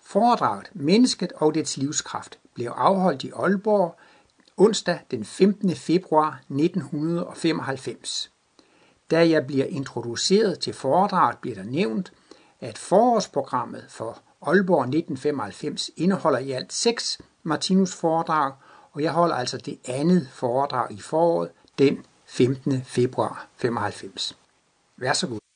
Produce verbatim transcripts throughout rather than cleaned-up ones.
Foredraget Mennesket og dets livskraft blev afholdt i Aalborg onsdag den femtende februar nitten femoghalvfems. Da jeg bliver introduceret til foredraget, bliver der nævnt, at forårsprogrammet for Aalborg nitten femoghalvfems indeholder i alt seks Martinus foredrag, og jeg holder altså det andet foredrag i foråret den femtende februar femoghalvfems. Vær så god.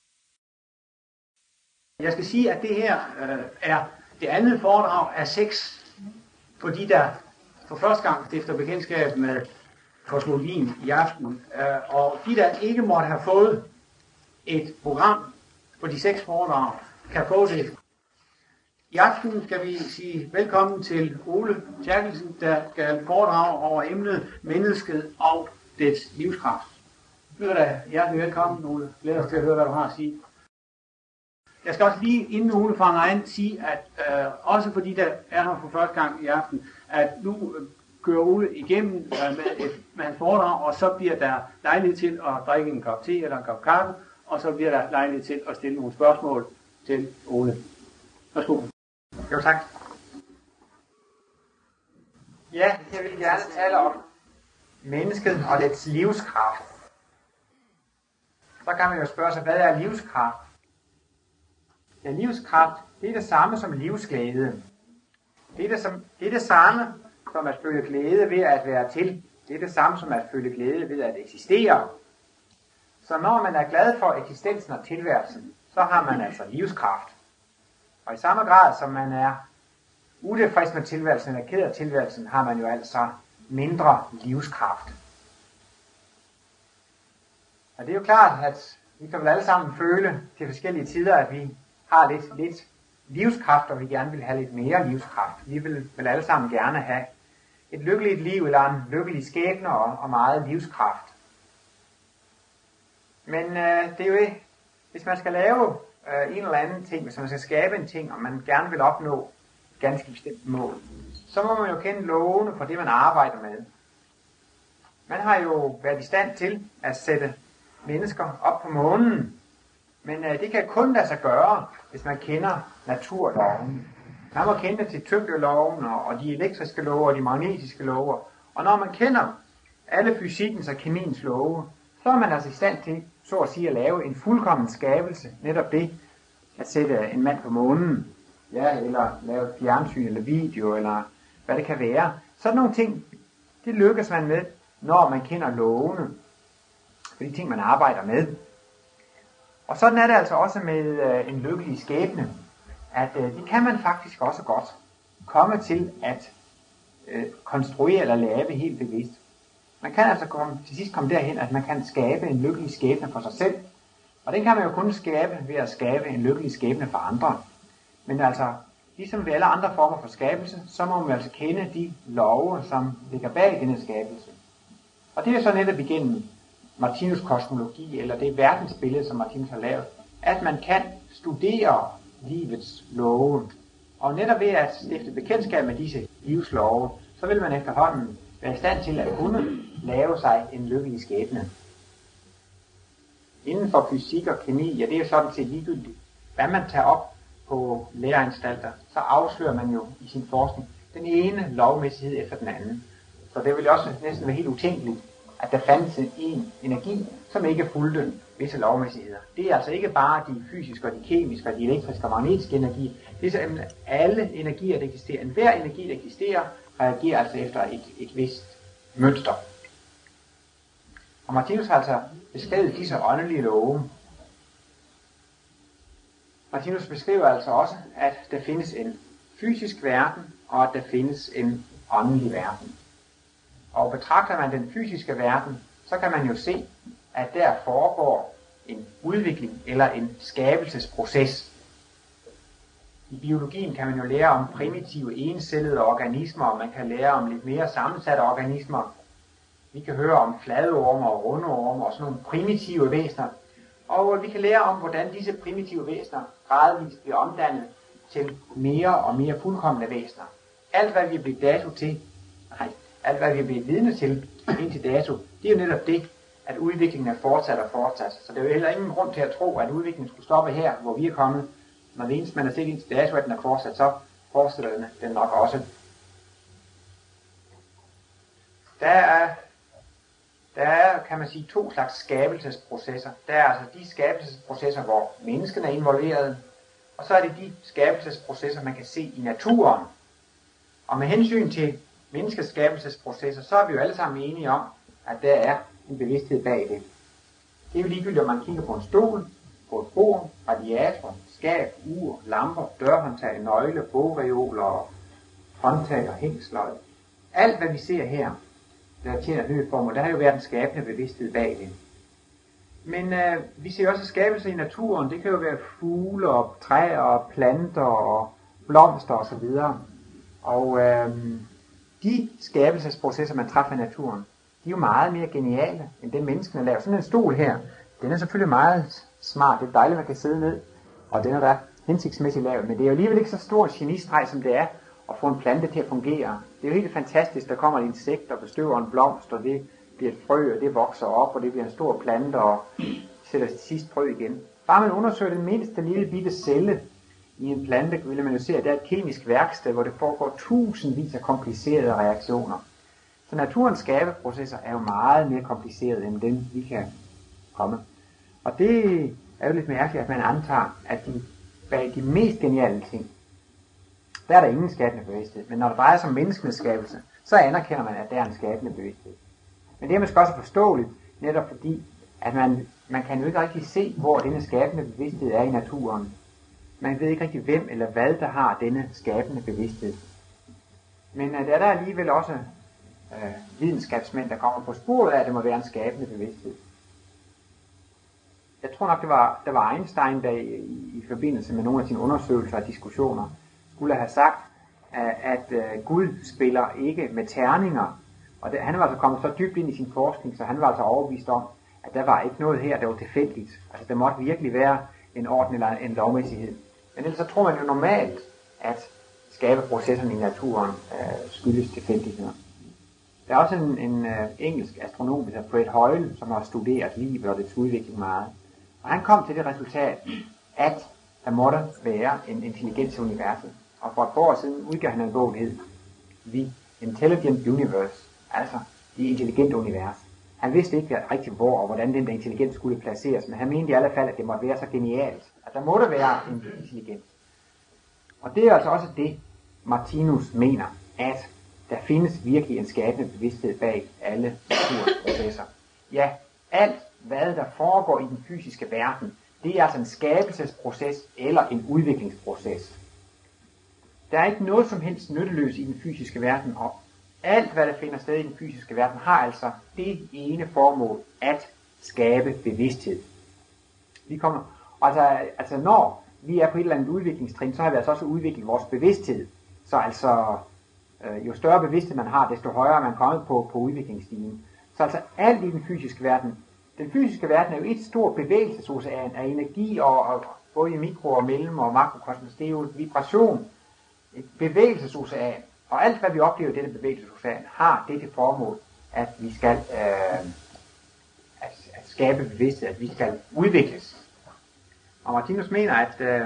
Jeg skal sige, at det her øh, er det andet foredrag af seks, fordi der for første gang stifter bekendtskab med kosmologien i aften, øh, og de, der ikke måtte have fået et program for de seks foredrag, kan få det. I aften skal vi sige velkommen til Ole Terkelsen, der skal foredrage over emnet mennesket og dets livskraft. Jeg byder dig hjertelig velkommen, Ole. Glæder os til at høre, hvad du har at sige. Jeg skal også lige, inden Ole fanger ind, sige, at øh, også fordi der er her for første gang i aften, at nu øh, kører Ole igennem øh, med, et, med hans foredrag, og så bliver der lejlighed til at drikke en kop te eller en kop kaffe, og så bliver der lejlighed til at stille nogle spørgsmål til Ole. Værsgo. Jo, tak. Ja, jeg vil gerne tale om mennesket og dets livskraft. Så kan man jo spørge sig, hvad er livskraft? Ja, livskraft, det er det samme som livsglæde. Det er det, som, det er det samme som at føle glæde ved at være til. Det er det samme som at føle glæde ved at eksistere. Så når man er glad for eksistensen og tilværelsen, så har man altså livskraft. Og i samme grad som man er utilfreds med tilværelsen eller ked af tilværelsen, har man jo altså mindre livskraft. Og det er jo klart, at vi kan vel alle sammen føle til forskellige tider, at vi har lidt, lidt livskraft, og vi gerne vil have lidt mere livskraft. Vi vil vel alle sammen gerne have et lykkeligt liv, eller en lykkelig skæbne og, og meget livskraft. Men øh, det er jo ikke, hvis man skal lave øh, en eller anden ting, hvis man skal skabe en ting, og man gerne vil opnå et ganske bestemt mål, så må man jo kende lovene for det, man arbejder med. Man har jo været i stand til at sætte mennesker op på månen, men øh, det kan kun lade sig gøre, hvis man kender naturloven. Man må kende til tyngdeloven og, og de elektriske love og de magnetiske love. Og når man kender alle fysikkens og kemiens love, så er man altså i stand til, så at sige, at lave en fuldkommen skabelse. Netop det, at sætte en mand på månen, ja, eller lave fjernsyn eller video, eller hvad det kan være. Sådan nogle ting, det lykkes man med, når man kender lovene for de ting, man arbejder med. Og sådan er det altså også med øh, en lykkelig skæbne, at øh, det kan man faktisk også godt komme til at øh, konstruere eller lave helt bevidst. Man kan altså komme, til sidst komme derhen, at man kan skabe en lykkelig skæbne for sig selv. Og det kan man jo kun skabe ved at skabe en lykkelig skæbne for andre. Men altså, ligesom ved alle andre former for skabelse, så må man altså kende de love, som ligger bag denne skabelse. Og det er så netop igennem Martinus kosmologi, eller det verdensbillede, som Martinus har lavet, at man kan studere livets love. Og netop ved at stifte bekendtskab med disse livslove, så vil man efterhånden være i stand til at kunne lave sig en lykkelig skæbne. Inden for fysik og kemi, ja, det er jo sådan set ligegyldigt. Hvad man tager op på læreanstalter, så afslører man jo i sin forskning den ene lovmæssighed efter den anden. Så det vil også næsten være helt utænkeligt, at der fandtes en energi, som ikke fulgte visse lovmæssigheder. Det er altså ikke bare de fysiske og de kemiske og de elektriske og magnetiske energier. Det er simpelthen alle energier, der eksisterer. Enhver energi, der eksisterer, reagerer altså efter et, et vist mønster. Og Martinus har altså beskrevet disse åndelige love. Martinus beskriver altså også, at der findes en fysisk verden, og at der findes en åndelig verden. Og betragter man den fysiske verden, så kan man jo se, at der foregår en udvikling eller en skabelsesproces. I biologien kan man jo lære om primitive encellede organismer, og man kan lære om lidt mere sammensatte organismer. Vi kan høre om fladorme og rundorme og sådan nogle primitive væsener. Og vi kan lære om, hvordan disse primitive væsener gradvist bliver omdannet til mere og mere fuldkomne væsener. Alt hvad vi er blevet dato til, nej, alt hvad vi er blevet vidne til indtil dato, det er jo netop det, at udviklingen er fortsat og fortsat. Så der er jo heller ingen grund til at tro, at udviklingen skulle stoppe her, hvor vi er kommet. Når det eneste, man har set indtil dato, at den er fortsat, så forestiller den, den nok også. Der er, der er, kan man sige, to slags skabelsesprocesser. Der er altså de skabelsesprocesser, hvor menneskene er involveret, og så er det de skabelsesprocesser, man kan se i naturen. Og med hensyn til menneskets skabelsesprocesser, så er vi jo alle sammen enige om, at der er en bevidsthed bag det. Det er jo ligegyldigt, om man kigger på en stol, på et bord, radiator, skab, ur, lamper, dørhåndtag, nøgle, bogreoler, håndtag og hængsler. Alt hvad vi ser her, der tjener et nyt formål, der har jo været en skabende bevidsthed bag det. Men øh, vi ser også skabelser i naturen. Det kan jo være fugle og træer og planter og blomster osv. Og øh, de skabelsesprocesser, man træffer i naturen, de er jo meget mere geniale, end det menneskene laver. Sådan en stol her, den er selvfølgelig meget smart. Det er dejligt, man kan sidde ned, og den er da hensigtsmæssigt lavet. Men det er jo alligevel ikke så stor en genistreg, som det er at få en plante til at fungere. Det er jo helt fantastisk, der kommer et insekt og bestøver en blomst, og det bliver et frø, og det vokser op, og det bliver en stor plante, og sætter til sidst frø igen. Bare man undersøger den mindste lille bitte celle i en plante, vil man jo se, at der er et kemisk værksted, hvor det foregår tusindvis af komplicerede reaktioner. Så naturens skabeprocesser er jo meget mere komplicerede, end dem vi kan komme. Og det er jo lidt mærkeligt, at man antager, at de, bag de mest geniale ting, der er der ingen skabende bevidsthed. Men når det drejer sig om menneskenes skabelse, så anerkender man, at der er en skabende bevidsthed. Men det er måske også forståeligt, netop fordi, at man, man kan jo ikke rigtig se, hvor denne skabende bevidsthed er i naturen. Man ved ikke rigtig, hvem eller hvad, der har denne skabende bevidsthed. Men uh, der er der alligevel også uh, videnskabsmænd, der kommer på sporet af, at det må være en skabende bevidsthed. Jeg tror nok, det var, det var Einstein, der i, i forbindelse med nogle af sine undersøgelser og diskussioner, skulle have sagt, uh, at uh, Gud spiller ikke med terninger. Og det, han var altså kommet så dybt ind i sin forskning, så han var altså overbevist om, at der var ikke noget her, der var tilfældigt. Altså der måtte virkelig være en orden eller en lovmæssighed. Men ellers så tror man jo normalt, at skabeprocesserne i naturen øh, skyldes tilfældigheder. Der er også en, en øh, engelsk astronom, der hedder Fred Hoyle, som har studeret livet og dets udvikling meget. Og han kom til det resultat, at der måtte være en intelligens i universet. Og for et par år siden udgav han en bog, der hed The Intelligent Universe, altså det intelligente univers. Han vidste ikke rigtig hvor og hvordan den der intelligens skulle placeres, men han mente i alle fald, at det måtte være så genialt, at der måtte være en intelligens. Og det er altså også det, Martinus mener, at der findes virkelig en skabende bevidsthed bag alle naturprocesser. Ja, alt hvad der foregår i den fysiske verden, det er altså en skabelsesproces eller en udviklingsproces. Der er ikke noget som helst nytteløst i den fysiske verden, og alt hvad der finder sted i den fysiske verden har altså det ene formål at skabe bevidsthed. Vi kommer, altså, altså når vi er på et eller andet udviklingstrin, så har vi altså også udviklet vores bevidsthed. Så altså øh, jo større bevidsthed man har, desto højere er man kommet på, på udviklingsstigen. Så altså alt i den fysiske verden, den fysiske verden er jo et stort bevægelsesocean af energi, og, og både i mikro- og mellem- og makrokosmos, det er jo vibration, et bevægelsesocean. Og alt hvad vi oplever i dette bevægelsesocean har det til formål, at vi skal øh, at, at skabe bevidsthed, at vi skal udvikles. Og Martinus mener, at, øh,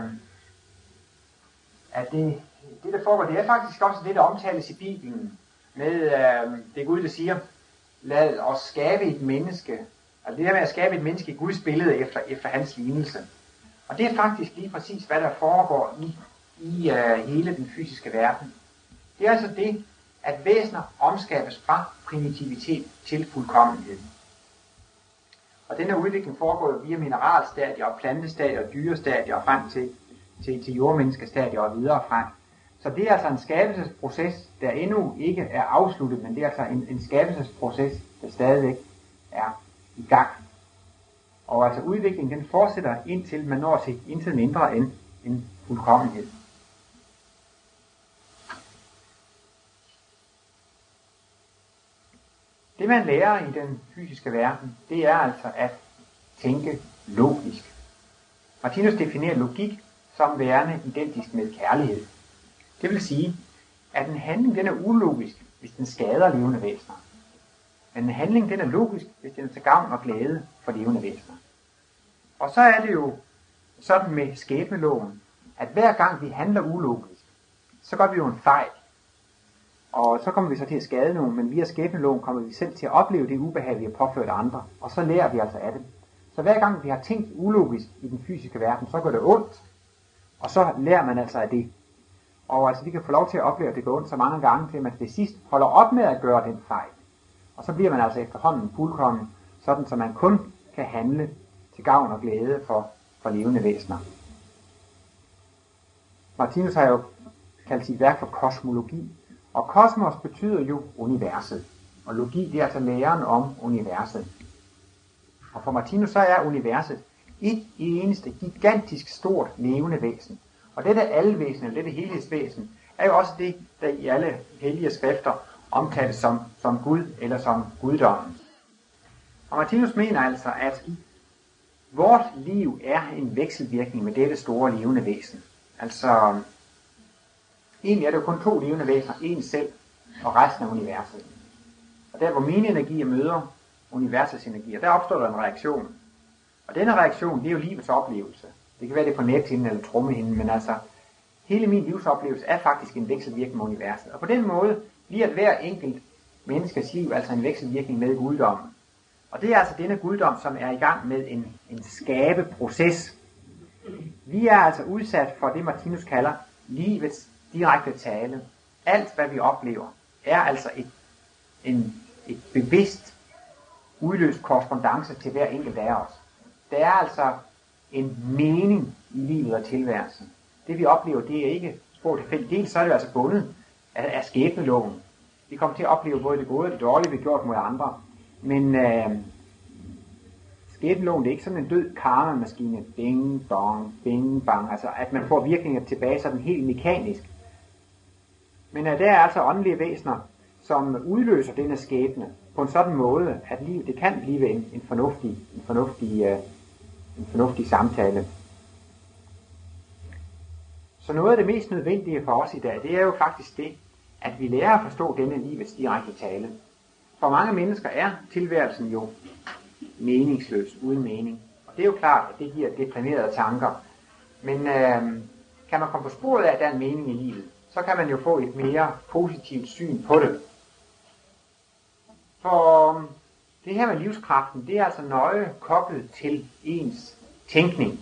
at det, det der foregår, det er faktisk også det, der omtales i Bibelen, med øh, det Gud, der siger, lad os skabe et menneske. Altså det her med at skabe et menneske i Guds billede efter, efter hans lignelse. Og det er faktisk lige præcis, hvad der foregår i, i øh, hele den fysiske verden. Det er altså det, at væsener omskabes fra primitivitet til fuldkommenhed. Og denne udvikling foregår jo via mineralstadier og plantestadier og dyrestadier og frem til, til, til jordmenneskestadier og videre frem. Så det er altså en skabelsesproces, der endnu ikke er afsluttet, men det er altså en, en skabelsesproces, der stadigvæk er i gang. Og altså udviklingen den fortsætter indtil man når til intet mindre end en fuldkommenhed. Det man lærer i den fysiske verden, det er altså at tænke logisk. Martinus definerer logik som værende identisk med kærlighed. Det vil sige, at en handling den er ulogisk, hvis den skader levende væsener. Men en handling den er logisk, hvis den er til gavn og glæde for levende væsener. Og så er det jo sådan med skæbneloven, at hver gang vi handler ulogisk, så så gør vi jo en fejl. Og så kommer vi så til at skade nogen, men via skæbneloven kommer vi selv til at opleve det ubehag, vi har påført andre, og så lærer vi altså af det. Så hver gang vi har tænkt ulogisk i den fysiske verden, så går det ondt, og så lærer man altså af det. Og altså vi kan få lov til at opleve, at det går ondt så mange gange, til man til sidst holder op med at gøre den fejl. Og så bliver man altså efterhånden fuldkommen, sådan så man kun kan handle til gavn og glæde for, for levende væsener. Martinus har jo kaldt sit værk for kosmologi, og kosmos betyder jo universet, og logi det er altså læren om universet. Og for Martinus så er universet et eneste gigantisk stort levende væsen. Og dette alvæsen, eller dette helhedsvæsen, er jo også det, der i alle hellige skrifter omtales som, som Gud eller som guddommen. Og Martinus mener altså, at vort liv er en vekselvirkning med dette store levende væsen. Altså, egentlig er det jo kun to levende væsener, en selv og resten af universet. Og der hvor mine energier møder universets energier, der opstår der en reaktion. Og denne reaktion, det er jo livets oplevelse. Det kan være det på nethinden eller trommehinden, men altså, hele min livsoplevelse er faktisk en vekselvirkning med universet. Og på den måde bliver hver enkelt menneskes liv altså en vekselvirkning med guddommen. Og det er altså denne guddom, som er i gang med en, en skabeproces. Vi er altså udsat for det, Martinus kalder livets direkte tale. Alt, hvad vi oplever, er altså et, en, et bevidst udløst korrespondance til hver enkelt af os. Der er altså en mening i livet og tilværelsen. Det vi oplever, det er ikke spor tilfældigt. Dels så er det altså bundet af, af skæbneloven. Vi kommer til at opleve både det gode og det dårlige, vi har gjort mod andre. Men øh, skæbneloven, det er ikke sådan en død karma-maskine. Bing, bong, bing, bang. Altså at man får virkninger tilbage sådan helt mekanisk. Men øh, der er altså åndelige væsener, som udløser denne skæbne på en sådan måde, at livet, det kan blive en, en fornuftig, en fornuftig, øh, en fornuftig samtale. Så noget af det mest nødvendige for os i dag, det er jo faktisk det, at vi lærer at forstå denne livets direkte tale. For mange mennesker er tilværelsen jo meningsløs, uden mening. Og det er jo klart, at det giver deprimerede tanker. Men øh, kan man komme på sporet af, at der er en mening i livet, så kan man jo få et mere positivt syn på det. For det her med livskraften, det er altså nøje koblet til ens tænkning.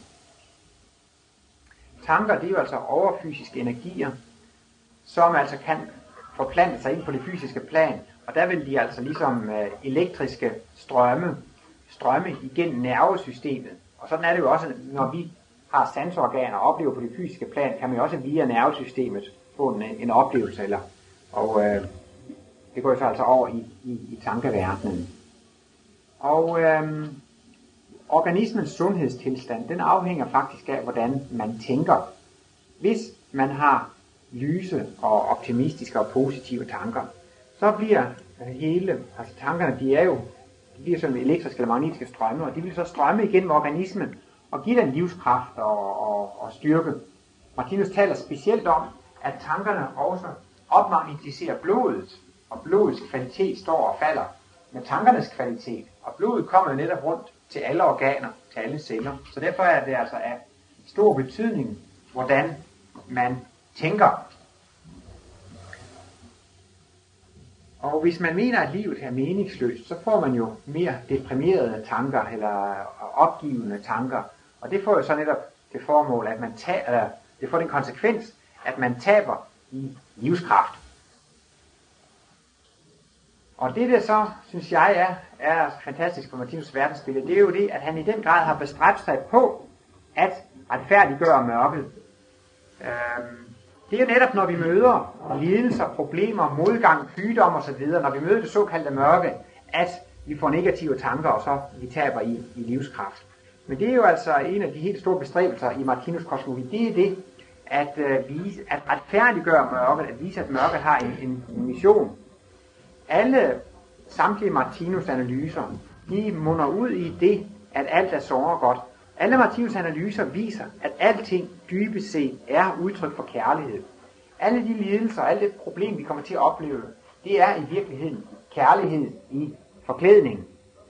Tanker, det er jo altså overfysiske energier, som altså kan forplante sig ind på det fysiske plan. Og der vil de altså ligesom øh, elektriske strømme, strømme igennem nervesystemet. Og sådan er det jo også, når vi har sanseorganer og oplever på det fysiske plan, kan man jo også via nervesystemet få en, en oplevelse. Eller, og øh, det går jo så altså over i, i, i tankeverdenen. Og øh, organismens sundhedstilstand, den afhænger faktisk af, hvordan man tænker. Hvis man har lyse og optimistiske og positive tanker, så bliver hele, altså tankerne, de er jo, de bliver sådan elektriske eller magnetiske strømme, og de vil så strømme igennem organismen og give den livskraft og, og, og styrke. Martinus taler specielt om, at tankerne også opmagnetiserer blodet, og blodets kvalitet står og falder med tankernes kvalitet, og blodet kommer jo netop rundt til alle organer, til alle celler. Så derfor er det altså af stor betydning, hvordan man tænker. Og hvis man mener, at livet er meningsløst, så får man jo mere deprimerede tanker, eller opgivende tanker. Og det får jo så netop det formål, at man tager, eller det får den konsekvens, at man taber i livskraft. Og det der så, synes jeg, er, er fantastisk for Martinus' verdensbillede, det er jo det, at han i den grad har bestræbt sig på at retfærdiggøre mørket. Øhm, det er jo netop, når vi møder lidelser, problemer, modgang, sygdom osv., når vi møder det såkaldte mørke, at vi får negative tanker, og så vi taber i, i livskraft. Men det er jo altså en af de helt store bestræbelser i Martinus' kosmologi, det er det, at, øh, vise, at retfærdiggøre mørket, at vise, at mørket har en, en, en mission. Alle samtlige Martinus' analyser, de munder ud i det, at alt er såre godt. Alle Martinus' analyser viser, at alting dybest set er udtryk for kærlighed. Alle de lidelser, alle det problem, vi kommer til at opleve, det er i virkeligheden kærlighed i forklædning.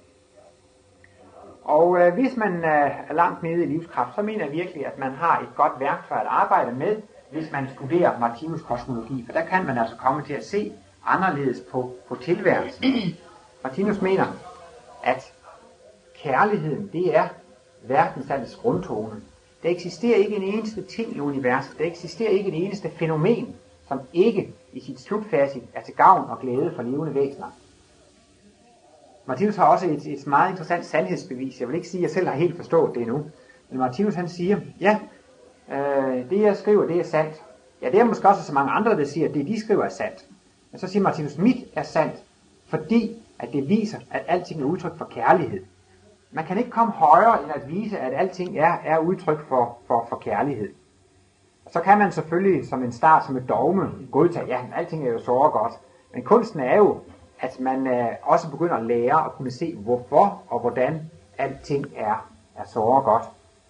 Og øh, hvis man øh, er langt nede i livskraft, så mener jeg virkelig, at man har et godt værktøj at arbejde med, hvis man studerer Martinus kosmologi, for der kan man altså komme til at se anderledes på, på tilværelsen. Martinus mener, at kærligheden, det er verdensaldets grundtone. Der eksisterer ikke en eneste ting i universet, der eksisterer ikke en eneste fænomen, som ikke i sit slutfase er til gavn og glæde for levende væsener. Martinus har også et, et meget interessant sandhedsbevis. Jeg vil ikke sige, at jeg selv har helt forstået det endnu. Men Martinus han siger, ja, øh, det jeg skriver, det er sandt. Ja, det er måske også så mange andre, der siger, at det de skriver er sandt. Men så siger Martinus, mit er sandt, fordi at det viser, at alting er udtryk for kærlighed. Man kan ikke komme højere end at vise, at alting er, er udtryk for, for, for kærlighed. Så kan man selvfølgelig som en start, som et dogme, godtage, ja, alting er jo så godt. Men kunsten er jo, at man øh, også begynder at lære at kunne se, hvorfor og hvordan alting er, er så godt.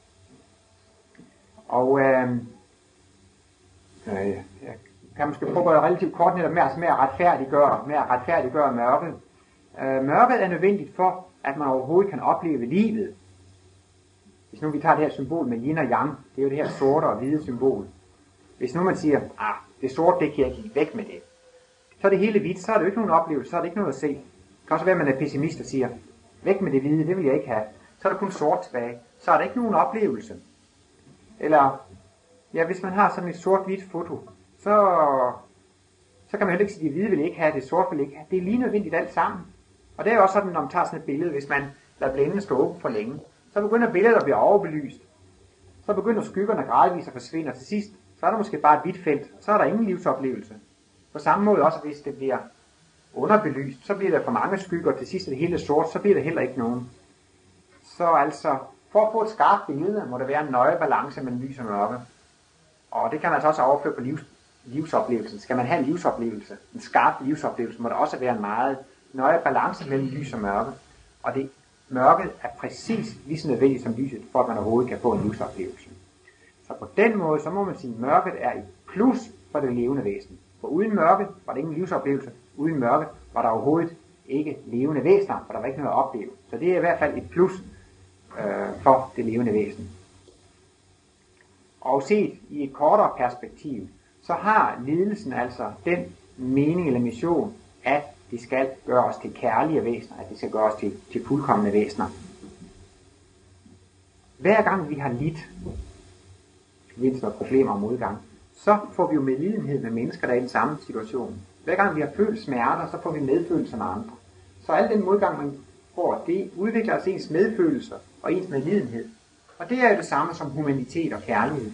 Og øh, øh, jeg kan måske prøve at gøre relativt kort netop med, altså med at retfærdiggøre, med at retfærdiggøre mørket. Øh, mørket er nødvendigt for, at man overhovedet kan opleve livet. Hvis nu vi tager det her symbol med yin og yang, det er jo det her sorte og hvide symbol. Hvis nu man siger, ah, det sorte, det kan jeg give væk med det. Så er det hele hvidt, så er det jo ikke nogen oplevelse, så er det ikke noget at se. Det kan også være, at man er pessimist og siger, væk med det hvide, det vil jeg ikke have. Så er der kun sort tilbage, så er der ikke nogen oplevelse. Eller, ja, hvis man har sådan et sort-hvidt foto, så, så kan man heller ikke sige, at det hvide vil jeg ikke have, det sorte vil jeg ikke have. Det er lige nødvendigt alt sammen. Og det er også sådan, når man tager sådan et billede, hvis man lader blænden stå åben for længe, så begynder billedet at blive overbelyst. Så begynder skyggerne gradvist at forsvinde, og til sidst, så er der måske bare et hvidt felt, og så er der ingen livsoplevelse. På samme måde også, hvis det bliver underbelyst, så bliver der for mange skygger, og til sidst er det hele sort, så bliver der heller ikke nogen. Så altså, for at få et skarpt billede, må der være en nøje balance mellem lys og mørke. Og det kan man altså også overføre på livs, livsoplevelsen. Skal man have en livsoplevelse, en skarp livsoplevelse, må der også være en meget nøje balance mellem lys og mørke. Og det mørket er præcis lige så nødvendigt som lyset, for at man overhovedet kan få en livsoplevelse. Så på den måde, så må man sige, at mørket er et plus for det levende væsen. For uden mørket var der ingen livsoplevelse. Uden mørket var der overhovedet ikke levende væsener, for der var ikke noget at opleve. Så det er i hvert fald et plus øh, for det levende væsen. Og set i et kortere perspektiv, så har lidelsen altså den mening eller mission, at det skal gøre os til kærlige væsener, at det skal gøre os til, til fuldkomne væsener. Hver gang vi har lidt i forbindelse med problemer og modgang, så får vi jo medlidenhed med mennesker, der er i den samme situation. Hver gang vi har følt smerter, så får vi medfølelse med andre. Så al den modgang, man får, det udvikler os ens medfølelse og ens medlidenhed. Og det er jo det samme som humanitet og kærlighed.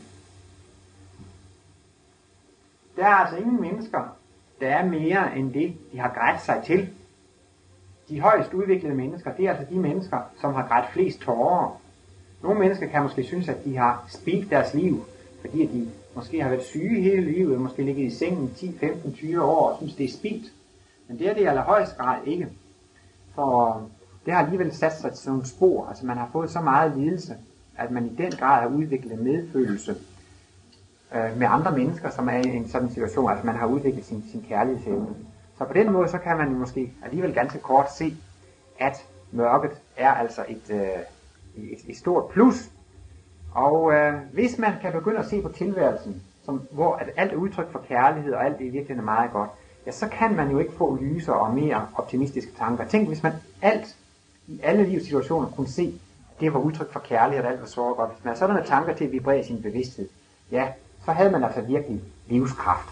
Der er altså ingen mennesker, der er mere end det, de har grædt sig til. De højst udviklede mennesker, det er altså de mennesker, som har grædt flest tårer. Nogle mennesker kan måske synes, at de har spildt deres liv, fordi de måske har været syge hele livet, eller måske ligget i sengen ti, femten, tyve år og synes, det er spildt. Men det er det i allerhøjeste grad ikke. For det har alligevel sat sig til nogle spor. Altså man har fået så meget lidelse, at man i den grad har udviklet medfølelse øh, med andre mennesker, som er i en sådan situation. Altså man har udviklet sin, sin kærlighedsevne. Så på den måde, så kan man måske alligevel ganske kort se, at mørket er altså et, øh, et, et stort plus. Og øh, hvis man kan begynde at se på tilværelsen, som, hvor at alt er udtryk for kærlighed, og alt det i virkeligheden er meget godt, ja, så kan man jo ikke få lysere og mere optimistiske tanker. Tænk, hvis man alt i alle livssituationer kunne se, at det var udtryk for kærlighed, og alt var så godt. Hvis man havde sådanne tanker til at vibrere sin bevidsthed, ja, så havde man altså virkelig livskraft.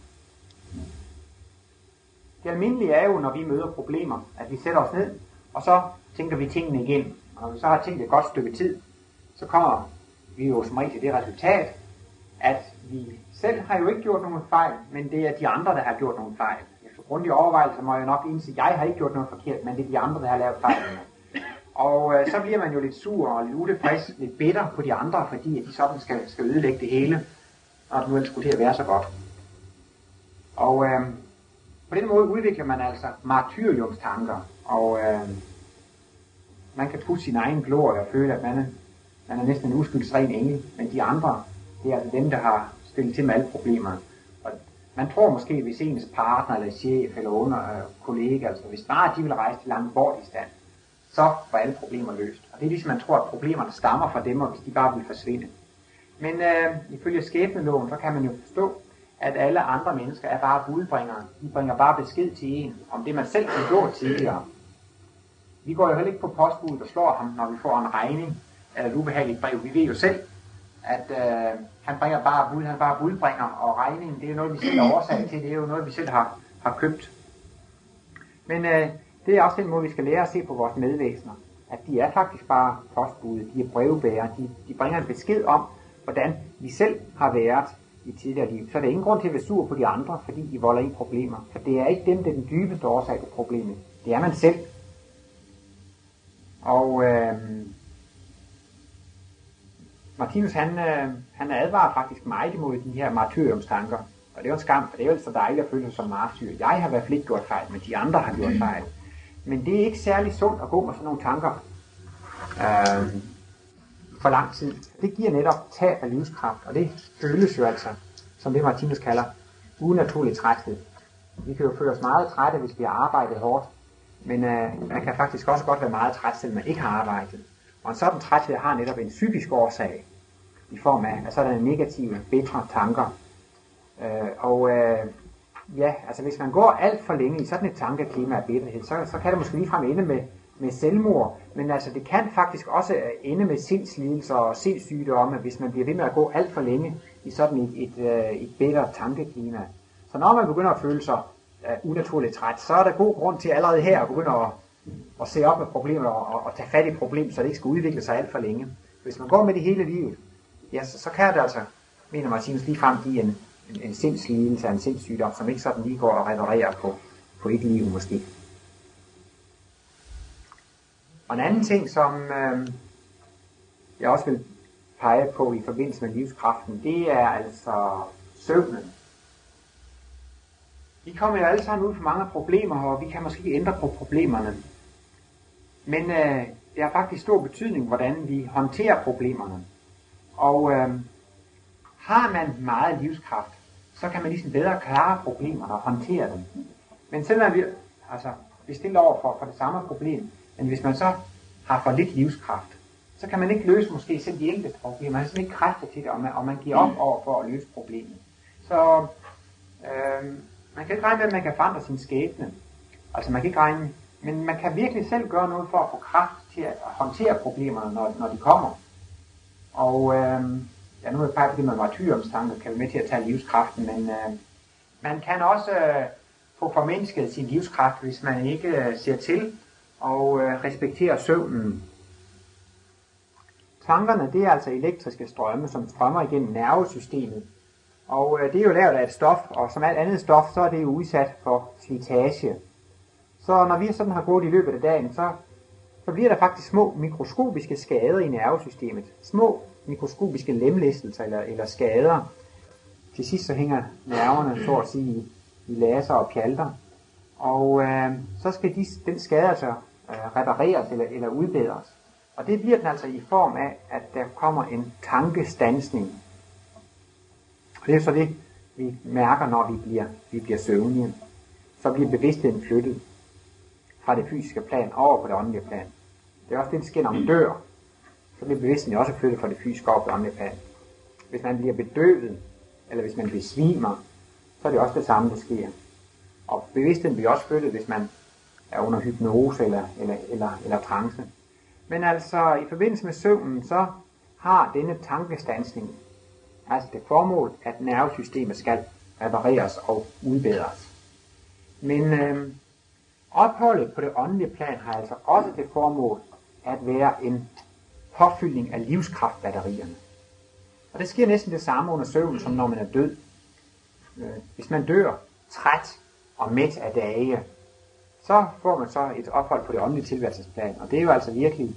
Det almindelige er jo, når vi møder problemer, at vi sætter os ned, og så tænker vi tingene igen. Og så har tænkt et godt stykke tid, så kommer vi jo som regel til det resultat, at vi selv har jo ikke gjort nogen fejl, men det er de andre, der har gjort nogle fejl. Efter grundige overvejelser må jeg nok indse, at jeg har ikke gjort noget forkert, men det er de andre, der har lavet fejlene. Og øh, så bliver man jo lidt sur og lidt utilfreds, lidt bitter på de andre, fordi at de sådan skal, skal ødelægge det hele, og det nu ellers skulle til at være så godt. Og øh, på den måde udvikler man altså martyriumstanker, og øh, man kan putte sin egen glorie og føle, at man er, man er næsten en uskyldsren engel, men de andre, det er altså dem, der har stillet til med alle problemer. Og man tror måske, hvis ens partner, eller chef, eller under øh, kollega, altså hvis bare de vil rejse til langt bort i stand, så var alle problemer løst. Og det er ligesom, man tror, at problemerne stammer fra dem, og hvis de bare vil forsvinde. Men øh, ifølge skæbneloven, så kan man jo forstå, at alle andre mennesker er bare budbringere. De bringer bare besked til en om det, man selv har gjort tidligere. Vi går jo heller ikke på postbuddet og slår ham, når vi får en regning eller et ubehageligt brev. Vi ved jo selv, at øh, han bringer bare bud, han bare budbringer, og regningen, det er noget, vi selv er årsag til. Det er jo noget, vi selv har, har købt. Men øh, det er også den måde, vi skal lære at se på vores medvæsener. At de er faktisk bare postbudet, de er brevbærere, de, de bringer en besked om, hvordan vi selv har været i tidligere liv. Så er der ingen grund til at være sur på de andre, fordi de volder ind problemer. For det er ikke dem, der er den dybeste årsag til problemet. Det er man selv. Og øh, Martinus, han, øh, han advarer faktisk meget imod de her martyriumstanker. Og det er jo en skam, for det er jo så dejligt at føle sig som martyr. Jeg har i hvert fald ikke gjort fejl, men de andre har gjort fejl. Men det er ikke særlig sundt at gå med sådan nogle tanker øh, for lang tid. Det giver netop tab af livskraft, og det føles jo altså, som det Martinus kalder, unaturlig træthed. Vi kan jo føle os meget trætte, hvis vi har arbejdet hårdt, men øh, man kan faktisk også godt være meget træt, selvom man ikke har arbejdet. Og en sådan træthed har netop en psykisk årsag, i form af, af sådanne negative, bitre tanker. Øh, og øh, ja, altså hvis man går alt for længe i sådan et tankeklima af bitterhed, så, så kan det måske ligefrem ende med, med selvmord, men altså det kan faktisk også ende med sindslidelser og sindssygdomme, hvis man bliver ved med at gå alt for længe i sådan et, et, et, et bitter tankeklima. Så når man begynder at føle sig uh, unaturligt træt, så er der god grund til allerede her at begynde at, at se op med problemer og, og tage fat i problemer, så det ikke skal udvikle sig alt for længe. Hvis man går med det hele livet, ja, så, så kan det altså, mener Martinus, ligefrem give en, en, en sindslidelse af en sindssygdom, som ikke sådan lige går og reparerer på, på et liv måske. Og en anden ting, som øh, jeg også vil pege på i forbindelse med livskraften, det er altså søvnen. Vi kommer jo alle sammen ud for mange problemer, og vi kan måske ikke ændre på problemerne. Men øh, det har faktisk stor betydning, hvordan vi håndterer problemerne. Og øh, har man meget livskraft, så kan man ligesom bedre klare problemerne og håndtere dem. Men selvom vi altså, vi stiller over for, for det samme problem, men hvis man så har for lidt livskraft, så kan man ikke løse måske selv de enkelte problemer. Man har simpelthen ikke kræfter til det, og man, og man giver op over for at løse problemet. Så øh, man kan ikke regne med, at man kan forandre sin skæbne. Altså man kan ikke regne, men man kan virkelig selv gøre noget for at få kraft til at håndtere problemerne, når, når de kommer. Og øh, ja, nu er det bare fordi man martyromstanker, kan være med til at tage livskraften, men øh, man kan også øh, få formindsket sin livskraft, hvis man ikke øh, ser til og øh, respekterer søvnen. Tankerne, det er altså elektriske strømme, som strømmer igennem nervesystemet. Og øh, det er jo lavet af et stof, og som alt andet stof, så er det jo udsat for slitage. Så når vi sådan har gået i løbet af dagen, så, så bliver der faktisk små mikroskopiske skader i nervesystemet. Små mikroskopiske lemlæstelser eller, eller skader. Til sidst så hænger nerverne, så at sige, i, i laser og pjalter. Og øh, så skal de, den skade altså øh, repareres eller, eller udbedres. Og det bliver den altså i form af, at der kommer en tankestansning. Og det er så det, vi mærker, når vi bliver, vi bliver søvnige. Så bliver bevidstheden flyttet fra det fysiske plan over på det åndelige plan. Det er også det, der sker, når man dør. Så bliver bevidstheden også flyttet fra det fysiske over på det åndelige plan. Hvis man bliver bedøvet, eller hvis man besvimer, så er det også det samme, der sker. Og bevidstheden bliver også flyttet, hvis man er under hypnose eller, eller, eller, eller trance. Men altså, i forbindelse med søvnen, så har denne tankestansning altså det formål, at nervesystemet skal repareres og udbedres. Men øh, opholdet på det åndelige plan har altså også det formål at være en påfyldning af livskraftbatterierne. Og det sker næsten det samme under søvn, som når man er død. Hvis man dør træt og mæt af dage, så får man så et ophold på det åndelige tilværelsesplan. Og det er jo altså virkelig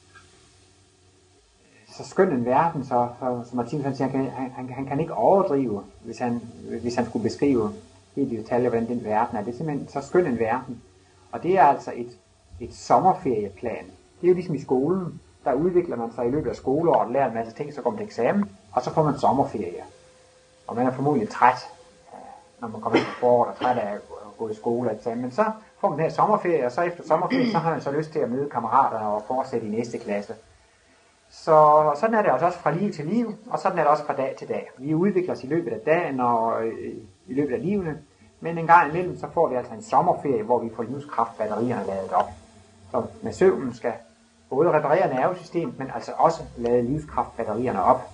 så skøn en verden, så, så, så Martinus han siger, han, han, han, han kan ikke overdrive, hvis han, hvis han skulle beskrive helt i detaljer, hvordan den verden er. Det er simpelthen så skøn en verden. Og det er altså et, et sommerferieplan. Det er jo ligesom i skolen, der udvikler man sig i løbet af skoleåret, lærer en masse ting, så går man til eksamen, og så får man sommerferie. Og man er formodentlig træt, når man kommer ind på foråret og træt af at gå i skole og eksamen. Men så får man den her sommerferie, og så efter sommerferie, så har man så lyst til at møde kammeraterne og fortsætte i næste klasse. Så sådan er det altså også fra liv til liv, og sådan er det også fra dag til dag. Vi udvikler os i løbet af dagen og i løbet af livene, men en gang imellem, så får vi altså en sommerferie, hvor vi får livskraftbatterierne ladet op. Så med søvnen skal både reparere nervesystemet, men altså også lade livskraftbatterierne op.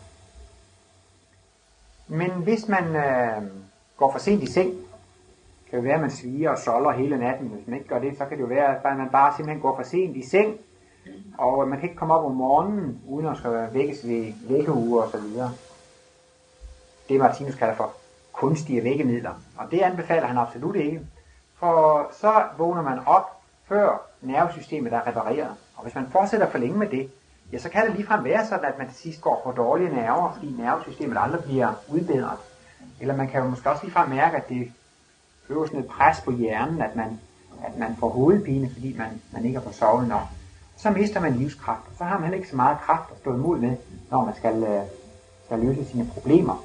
Men hvis man øh, går for sent i seng, kan det være, at man sviger og solder hele natten. Hvis man ikke gør det, så kan det jo være, at man bare simpelthen går for sent i seng, og man kan ikke komme op om morgenen, uden at skal vækkes ved vækkeuger og så videre. Det Martinus kalder for kunstige vækkemidler, og det anbefaler han absolut ikke. For så vågner man op, før nervesystemet er repareret. Og hvis man fortsætter for længe med det, ja, så kan det ligefrem være sådan, at man til sidst går på dårlige nerver, fordi nervesystemet aldrig bliver udbedret. Eller man kan jo måske også ligefrem mærke, at det øver sådan et pres på hjernen, at man, at man får hovedpine, fordi man, man ikke har fået sovet nok. Så mister man livskraft, og så har man ikke så meget kraft at stå imod med, når man skal, skal løse sine problemer.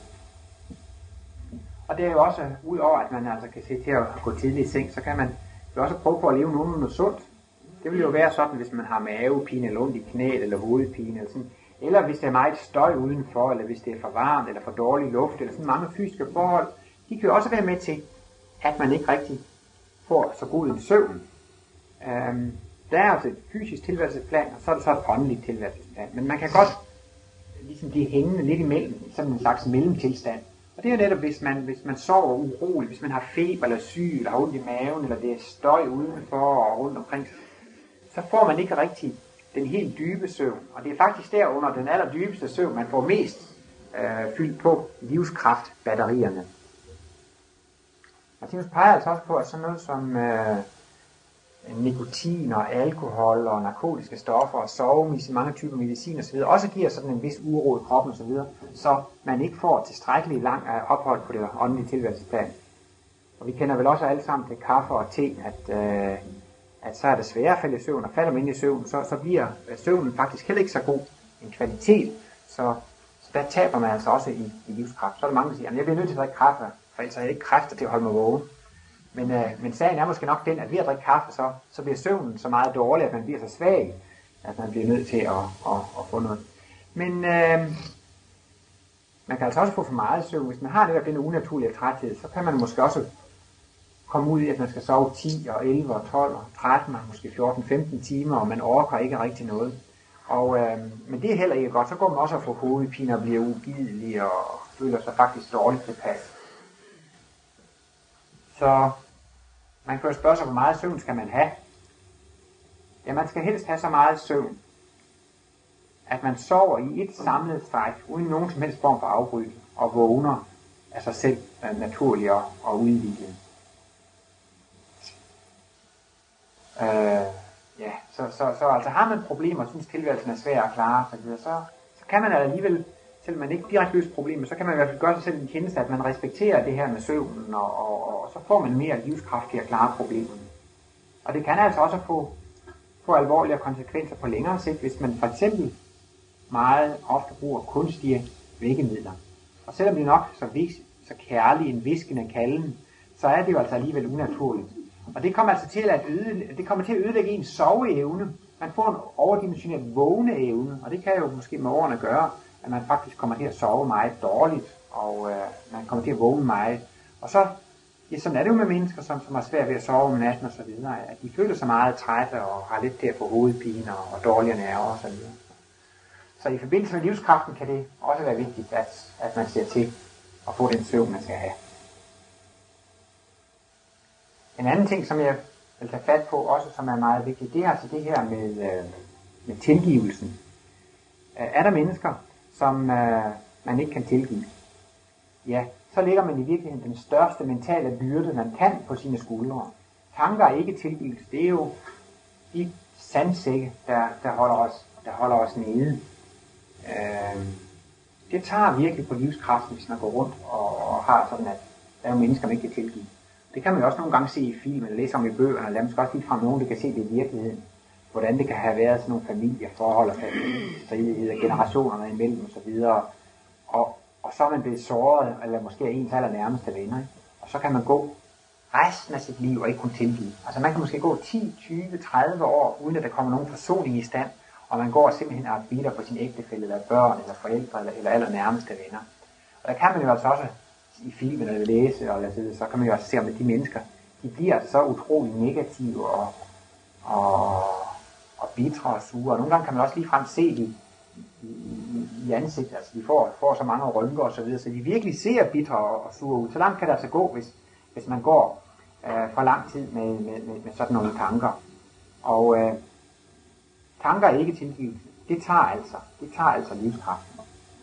Og det er jo også, udover at man altså kan se til at gå tidligt i seng, så kan man jo også prøve på at leve nogenlunde sundt. Det vil jo være sådan, hvis man har mavepine, eller ondt i knæet, eller hovedpine, eller sådan. Eller hvis det er meget støj udenfor, eller hvis det er for varmt, eller for dårlig luft, eller sådan mange fysiske forhold. De kan jo også være med til, at man ikke rigtig får så god en søvn. Øhm, der er altså et fysisk tilværelsesplan, og så er der så et åndeligt tilværelsesplan. Men man kan godt ligesom blive hængende lidt imellem, sådan en slags mellemtilstand. Og det er netop, hvis man, hvis man sover uroligt, hvis man har feber eller syg, eller har ondt i maven, eller det er støj udenfor og rundt omkring, så får man ikke rigtig den helt dybe søvn. Og det er faktisk der under den allerdybeste søvn, man får mest øh, fyldt på livskraftbatterierne. Martinus peger altså også på, at sådan noget som øh, nikotin og alkohol og narkotiske stoffer og sovemis i mange typer medicin osv. også giver sådan en vis uro i kroppen osv., så, så man ikke får tilstrækkeligt lang ophold på det åndelige tilværelsesplan. Og vi kender vel også alle sammen til kaffe og te, at, øh, at så er det sværere at falde i søvn, og falder man ind i søvn, så, så bliver søvnen faktisk heller ikke så god en kvalitet, så, så der taber man altså også i, i livskraft. Så er der mange, der siger, at jeg bliver nødt til at drikke kaffe, for ellers har jeg ikke kræfter til at holde mig vågen. Men, øh, men sagen er måske nok den, at ved at drikke kaffe, så, så bliver søvnen så meget dårlig, at man bliver så svag, at man bliver nødt til at, at, at få noget. Men øh, man kan altså også få for meget søvn. Hvis man har netop den unaturlige træthed, så kan man måske også komme ud i, at man skal sove ti og elleve og tolv og tretten og måske fjorten femten timer, og man orker ikke rigtig noget. Og, øh, men det er heller ikke godt. Så går man også og får hovedpine og bliver ugidelig og føler sig faktisk dårligt tilpas. Så man kan jo spørge sig, hvor meget søvn skal man have? Ja, man skal helst have så meget søvn, at man sover i et samlet stræk, uden nogen som helst form for afbrydelse, og vågner af sig selv naturligt og, og udviklet. Øh, ja, så, så, så altså har man problemer og synes tilværelsen er svær at klare, så, så, så kan man alligevel, selvom man ikke direkte løser problemer, så kan man i hvert fald gøre sig selv en kendelse, at man respekterer det her med søvnen, og, og, og så får man mere livskraft til at klare problemerne. Og det kan altså også få, få alvorlige konsekvenser på længere sigt, hvis man for eksempel meget ofte bruger kunstige vækkemidler. Og selvom det er nok så, vis, så kærlig en viskende kalden, så er det jo altså alligevel unaturligt. Og det kommer altså til at øde, det kommer til at ødelægge ens soveevne. Man får en overdimensioneret vågneevne, og det kan jo måske med årene gøre, at man faktisk kommer til at sove meget dårligt, og øh, man kommer til at vågne meget. Og så, ja, sådan er det jo med mennesker, som, som har svært ved at sove om natten og så videre, at de føler sig meget trætte og har lidt til at få hovedpine og, og dårlige nerver og så videre. Så i forbindelse med livskraften kan det også være vigtigt, at, at man ser til at få den søvn, man skal have. En anden ting, som jeg vil tage fat på, også som er meget vigtigt, det er altså det her med, øh, med tilgivelsen. Er der mennesker, som øh, man ikke kan tilgive, ja, så lægger man i virkeligheden den største mentale byrde, man kan på sine skuldre. Tanker er ikke tilgivelse. Det er jo de sandsække, der, der, holder os, der holder os nede. Øh, det tager virkelig på livskraften, hvis man går rundt og, og har sådan, at der er jo mennesker, man ikke kan tilgive. Det kan man jo også nogle gange se i filmen, eller læse om i bøgerne, og lad måske også lige fra nogen, der kan se det i virkeligheden. Hvordan det kan have været sådan nogle familieforhold og stridigheder, generationerne imellem osv. Og, og så er man blevet såret, eller måske ens allernærmeste venner. Ikke? Og så kan man gå resten af sit liv og ikke kunne tilgive. Altså man kan måske gå ti, tyve, tredive år, uden at der kommer nogen forsoning i stand. og man går simpelthen og er bitter på sin ægtefælle, eller børn, eller forældre, eller, eller allernærmeste venner. Og der kan man jo altså også i filmen eller læse, og så kan man jo også se, om de mennesker, de bliver altså så utrolig negative og, og, og bitre og sure. Og nogle gange kan man også ligefrem se det i, i, i ansigtet. Altså de får, får så mange rynker og så videre, så de virkelig ser bitre og, og sure ud. Så langt kan det altså gå, hvis, hvis man går øh, for lang tid med, med, med, med sådan nogle tanker. Og øh, tanker er ikke tilgivelse. Det tager altså, det tager altså livskraften.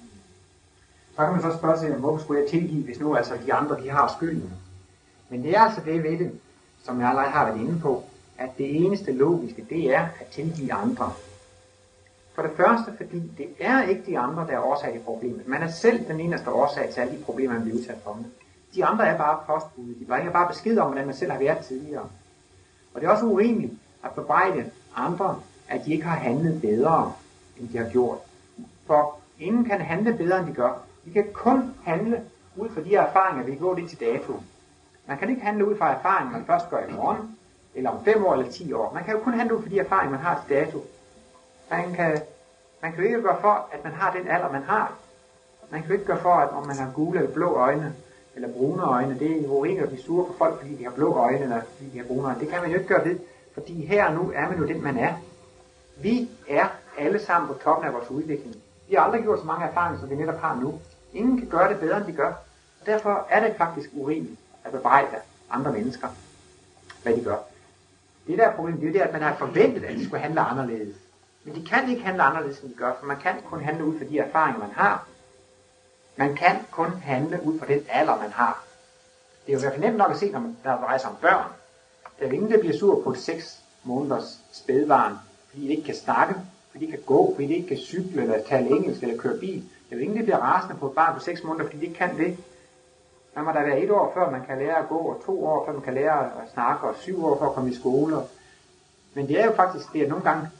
Så kan man så spørge sig, hvorfor skulle jeg tilgive, hvis nu altså de andre, de har skylden? Men det er altså det ved det, som jeg allerede har været inde på, at det eneste logiske, det er at tilgive andre. For det første, fordi det er ikke de andre, der er årsag til problemet. Man er selv den eneste årsag til alle de problemer, man bliver udsat for. De andre er bare postbud. De bringer bare besked om, hvordan man selv har været tidligere. Og det er også urimeligt at bebrejde andre, at de ikke har handlet bedre, end de har gjort. For ingen kan handle bedre, end de gør. De kan kun handle ud fra de erfaringer, vi går det til dato. Man kan ikke handle ud fra erfaringer, man først gør i morgen, eller om fem år eller ti år. Man kan jo kun handle ud fra de erfaringer, man har til dato. Man kan, man kan jo ikke gøre for, at man har den alder, man har. Man kan jo ikke gøre for, at om man har gule eller blå øjne, eller brune øjne, det er jo ikke at blive sure på folk, fordi de har blå øjne, eller fordi de har brune øjne. Det kan man jo ikke gøre ved, fordi her og nu er man jo den, man er. Vi er alle sammen på toppen af vores udvikling. Vi har aldrig gjort så mange erfaringer, som vi netop har nu. Ingen kan gøre det bedre, end de gør. Og derfor er det faktisk urimeligt at bebrejde andre mennesker, hvad de gør. Det der problem, det er jo det, at man har forventet, at de skulle handle anderledes. Men de kan ikke handle anderledes, end de gør, for man kan kun handle ud fra de erfaringer, man har. Man kan kun handle ud fra den alder, man har. Det er jo i hvert fald nemt nok at se, når man der drejer sig om børn. Der er jo ingen, der bliver sur på et seks måneders spædbarn, fordi de ikke kan snakke, fordi de ikke kan gå, fordi de ikke kan cykle, eller tale engelsk, eller køre bil. Der er jo ingen, der bliver rasende på et barn på seks måneder, fordi de ikke kan det. Man må da være et år før man kan lære at gå, og to år før man kan lære at snakke, og syv år for at komme i skole. Men det er jo faktisk det, at nogle gange,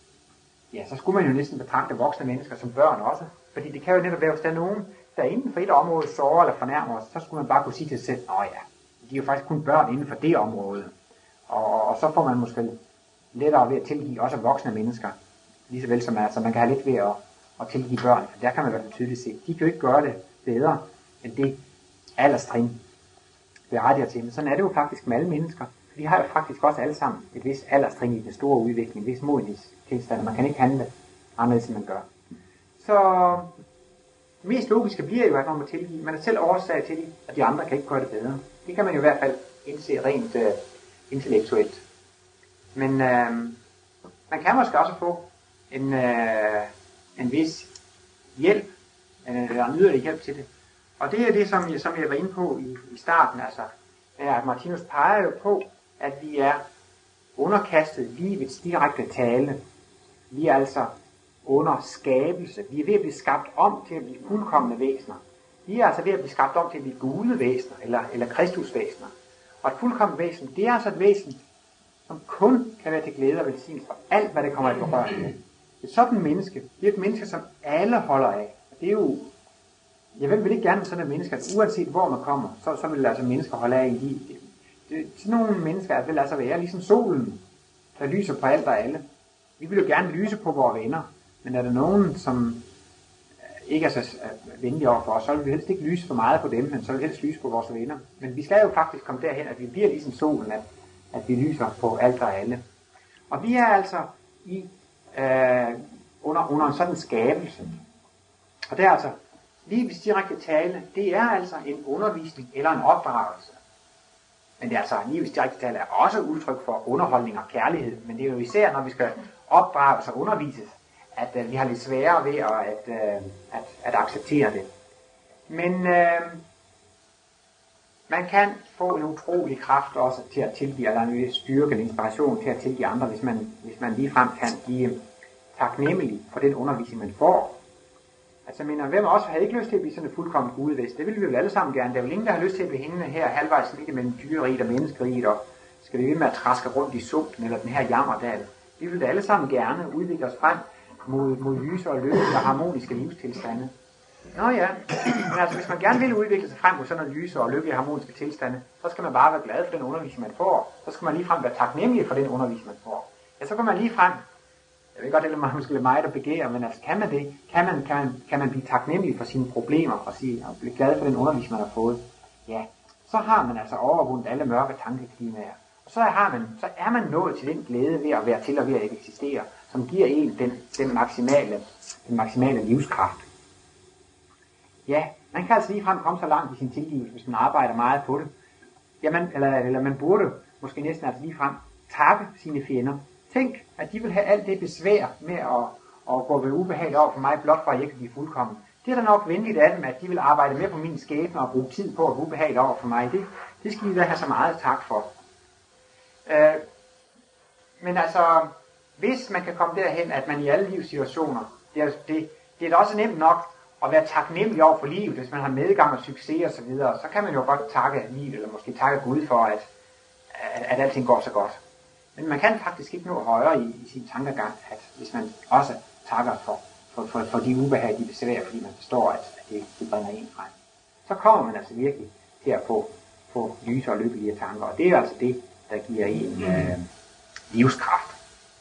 ja, så skulle man jo næsten betragte voksne mennesker som børn også. Fordi det kan jo netop være, hvis der er nogen, der inden for et område sårer eller fornærmer os, så skulle man bare kunne sige til sig selv, åh ja, de er jo faktisk kun børn inden for det område. Og, og så får man måske lettere ved at tilgive også voksne mennesker, lige så vel som altså, man kan have lidt ved at, at tilgive børn, for der kan man være tydeligt se. De kan jo ikke gøre det bedre, end det alderstrin berettiger til. Men sådan er det jo faktisk med alle mennesker. For de har jo faktisk også alle sammen et vis alderstrin i den store udvikling, et vis modenhedstilstand. Man kan ikke handle anderledes, end man gør. Så det mest logiske bliver jo, at man må tilgive. Man er selv årsag til det, at de andre kan ikke gøre det bedre. Det kan man jo i hvert fald indse rent uh, intellektuelt. Men uh, man kan måske også få en, uh, en vis hjælp, eller en yderligere hjælp til det. Og det er det, som jeg, som jeg var inde på i, i starten, altså, at Martinus peger jo på, at vi er underkastet livets direkte tale. Vi er altså under skabelse. Vi er ved at blive skabt om til at blive fuldkomne væsener. Vi er altså ved at blive skabt om til at blive gude væsener, eller, eller kristusvæsener. Og et fuldkommen væsen, det er altså et væsen, som kun kan være til glæde og velsignelse for alt, hvad det kommer i berøring med. Et sådan menneske, det er et menneske, som alle holder af. Og det er jo, jeg vil, vil ikke gerne med sådan et menneske, at uanset hvor man kommer, så, så vil altså mennesker holde af i livet. Sådan nogle mennesker vil altså være ligesom solen, der lyser på alt og alle. Vi vil jo gerne lyse på vores venner, men er der nogen, som ikke er så venlige over for os, så vil vi helst ikke lyse for meget på dem, men så vil vi helst lyse på vores venner. Men vi skal jo faktisk komme derhen, at vi bliver ligesom solen, at, at vi lyser på alt og alle. Og vi er altså i, øh, under, under en sådan skabelse. Og det er altså, livets direkte tale, det er altså en undervisning eller en opdragelse. Men det er altså, livets direkte tale er også udtryk for underholdning og kærlighed, men det er jo især, når vi skal opdrages og undervises, at uh, vi har lidt sværere ved at, at, uh, at, at acceptere det. Men uh, man kan få en utrolig kraft også til at tilgive, eller en styrke, en inspiration til at tilgive andre, hvis man, hvis man ligefrem kan blive taknemmelig for den undervisning, man får. Altså, jeg mener, hvem også har ikke lyst til at blive sådan et fuldkommen gudevæsen? Det vil vi jo alle sammen gerne. Der er jo ingen, der har lyst til at blive hængende her halvvejs midt mellem dyreriget og menneskeriget, og skal vi ved med at træske rundt i sumpen, eller den her jammerdal. Vi vil da alle sammen gerne udvikle os frem mod, mod lyse og lykke og harmoniske livstilstande. Nå ja, men altså, hvis man gerne vil udvikle sig frem mod sådan noget lyse og lykke og harmoniske tilstande, så skal man bare være glad for den undervisning, man får. Så skal man ligefrem være taknemmelig for den undervisning, man får. Ja, så kan man ligefrem Jeg ved godt, det er måske lidt meget at begære, men altså, kan man det? Kan man, kan man, kan man blive taknemmelig for sine problemer og, sige, og blive glad for den undervisning, man har fået? Ja, så har man altså overvundet alle mørke tankeklimaer. Og så, har man, så er man nået til den glæde ved at være til og ved at eksistere, som giver en den, den, maksimale, den maksimale livskraft. Ja, man kan altså ligefrem komme så langt i sin tilgivelse, hvis man arbejder meget på det. Jamen, eller, eller man burde måske næsten altså ligefrem takke sine fjender. Tænk, at de vil have alt det besvær med at, at gå ved ubehag over for mig, blot for at jeg kan blive fuldkommen. Det er da nok venligt af dem, at de vil arbejde mere på min skæbne og bruge tid på at gå ubehag over for mig. Det, det skal de da have så meget tak for. Øh, men altså, hvis man kan komme derhen, at man i alle livssituationer, det er, det, det er da også nemt nok at være taknemmelig over for livet, hvis man har medgang og succes og så videre, så kan man jo godt takke livet, eller måske takke Gud for, at, at, at alting går så godt. Men man kan faktisk ikke nå højere i, i sin tankegang, at hvis man også takker for, for, for, for de ubehag, de besværer, fordi man forstår, at, at det, det bringer en frem. Så kommer man altså virkelig til at få, få lyse og lykkelige tanker, og det er jo altså det, der giver en øh, livskraft.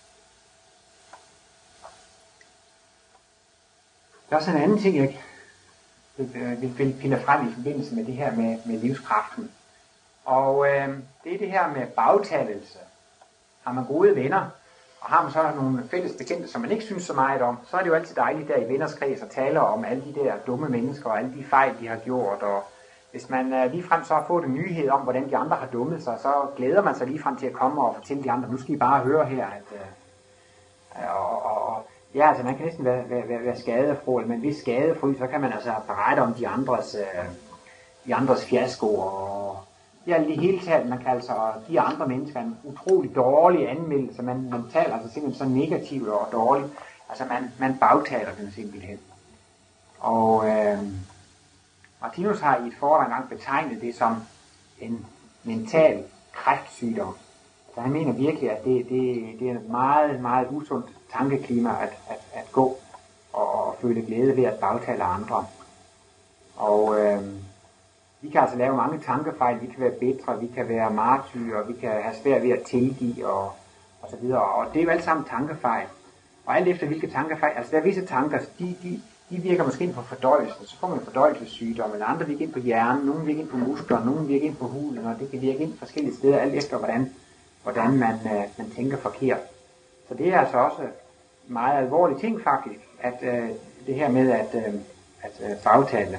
Der er også en anden ting, jeg vil, vil, vil pille frem i forbindelse med det her med, med livskraften. Og øh, det er det her med bagtalelse. Har man gode venner, og har man så nogle fælles bekendte, som man ikke synes så meget om, så er det jo altid dejligt der i venners kreds at tale om alle de der dumme mennesker, og alle de fejl, de har gjort. Og hvis man øh, ligefrem så har fået en nyhed om, hvordan de andre har dummet sig, så glæder man sig ligefrem til at komme og fortælle de andre, nu skal I bare høre her, at... Øh, og, og, og ja, altså man kan næsten være, være, være, være skadefri, men hvis skadefri, så kan man altså berette om de andres, øh, de andres fiasko, og ja, i hele taget, man kan altså give andre mennesker en utrolig dårlig anmeldelse, man, man taler altså simpelthen så negativt og dårligt, altså man, man bagtaler den simpelthen. Og øh, Martinus har i et foredrag engang betegnet det som en mental kræftsygdom. Så han mener virkelig, at det, det, det er et meget, meget usundt tankeklima at, at, at gå og, og føle glæde ved at bagtale andre. Og øh, vi kan altså lave mange tankefejl, vi kan være bedre, vi kan være martyrer, vi kan have svært ved at tilgive og, og så videre. Og det er jo alt sammen tankefejl. Og alt efter hvilke tankefejl, altså der er visse tanker, de, de, de virker måske ind på fordøjelsen, så får man fordøjelsessygdom, eller andre virker ind på hjernen, nogle virker ind på muskler, nogle virker ind på hulen, og det kan virke ind forskellige steder, alt efter hvordan, hvordan man, øh, man tænker forkert. Så det er altså også meget alvorlige ting faktisk, at øh, det her med at, øh, at øh, bagtale.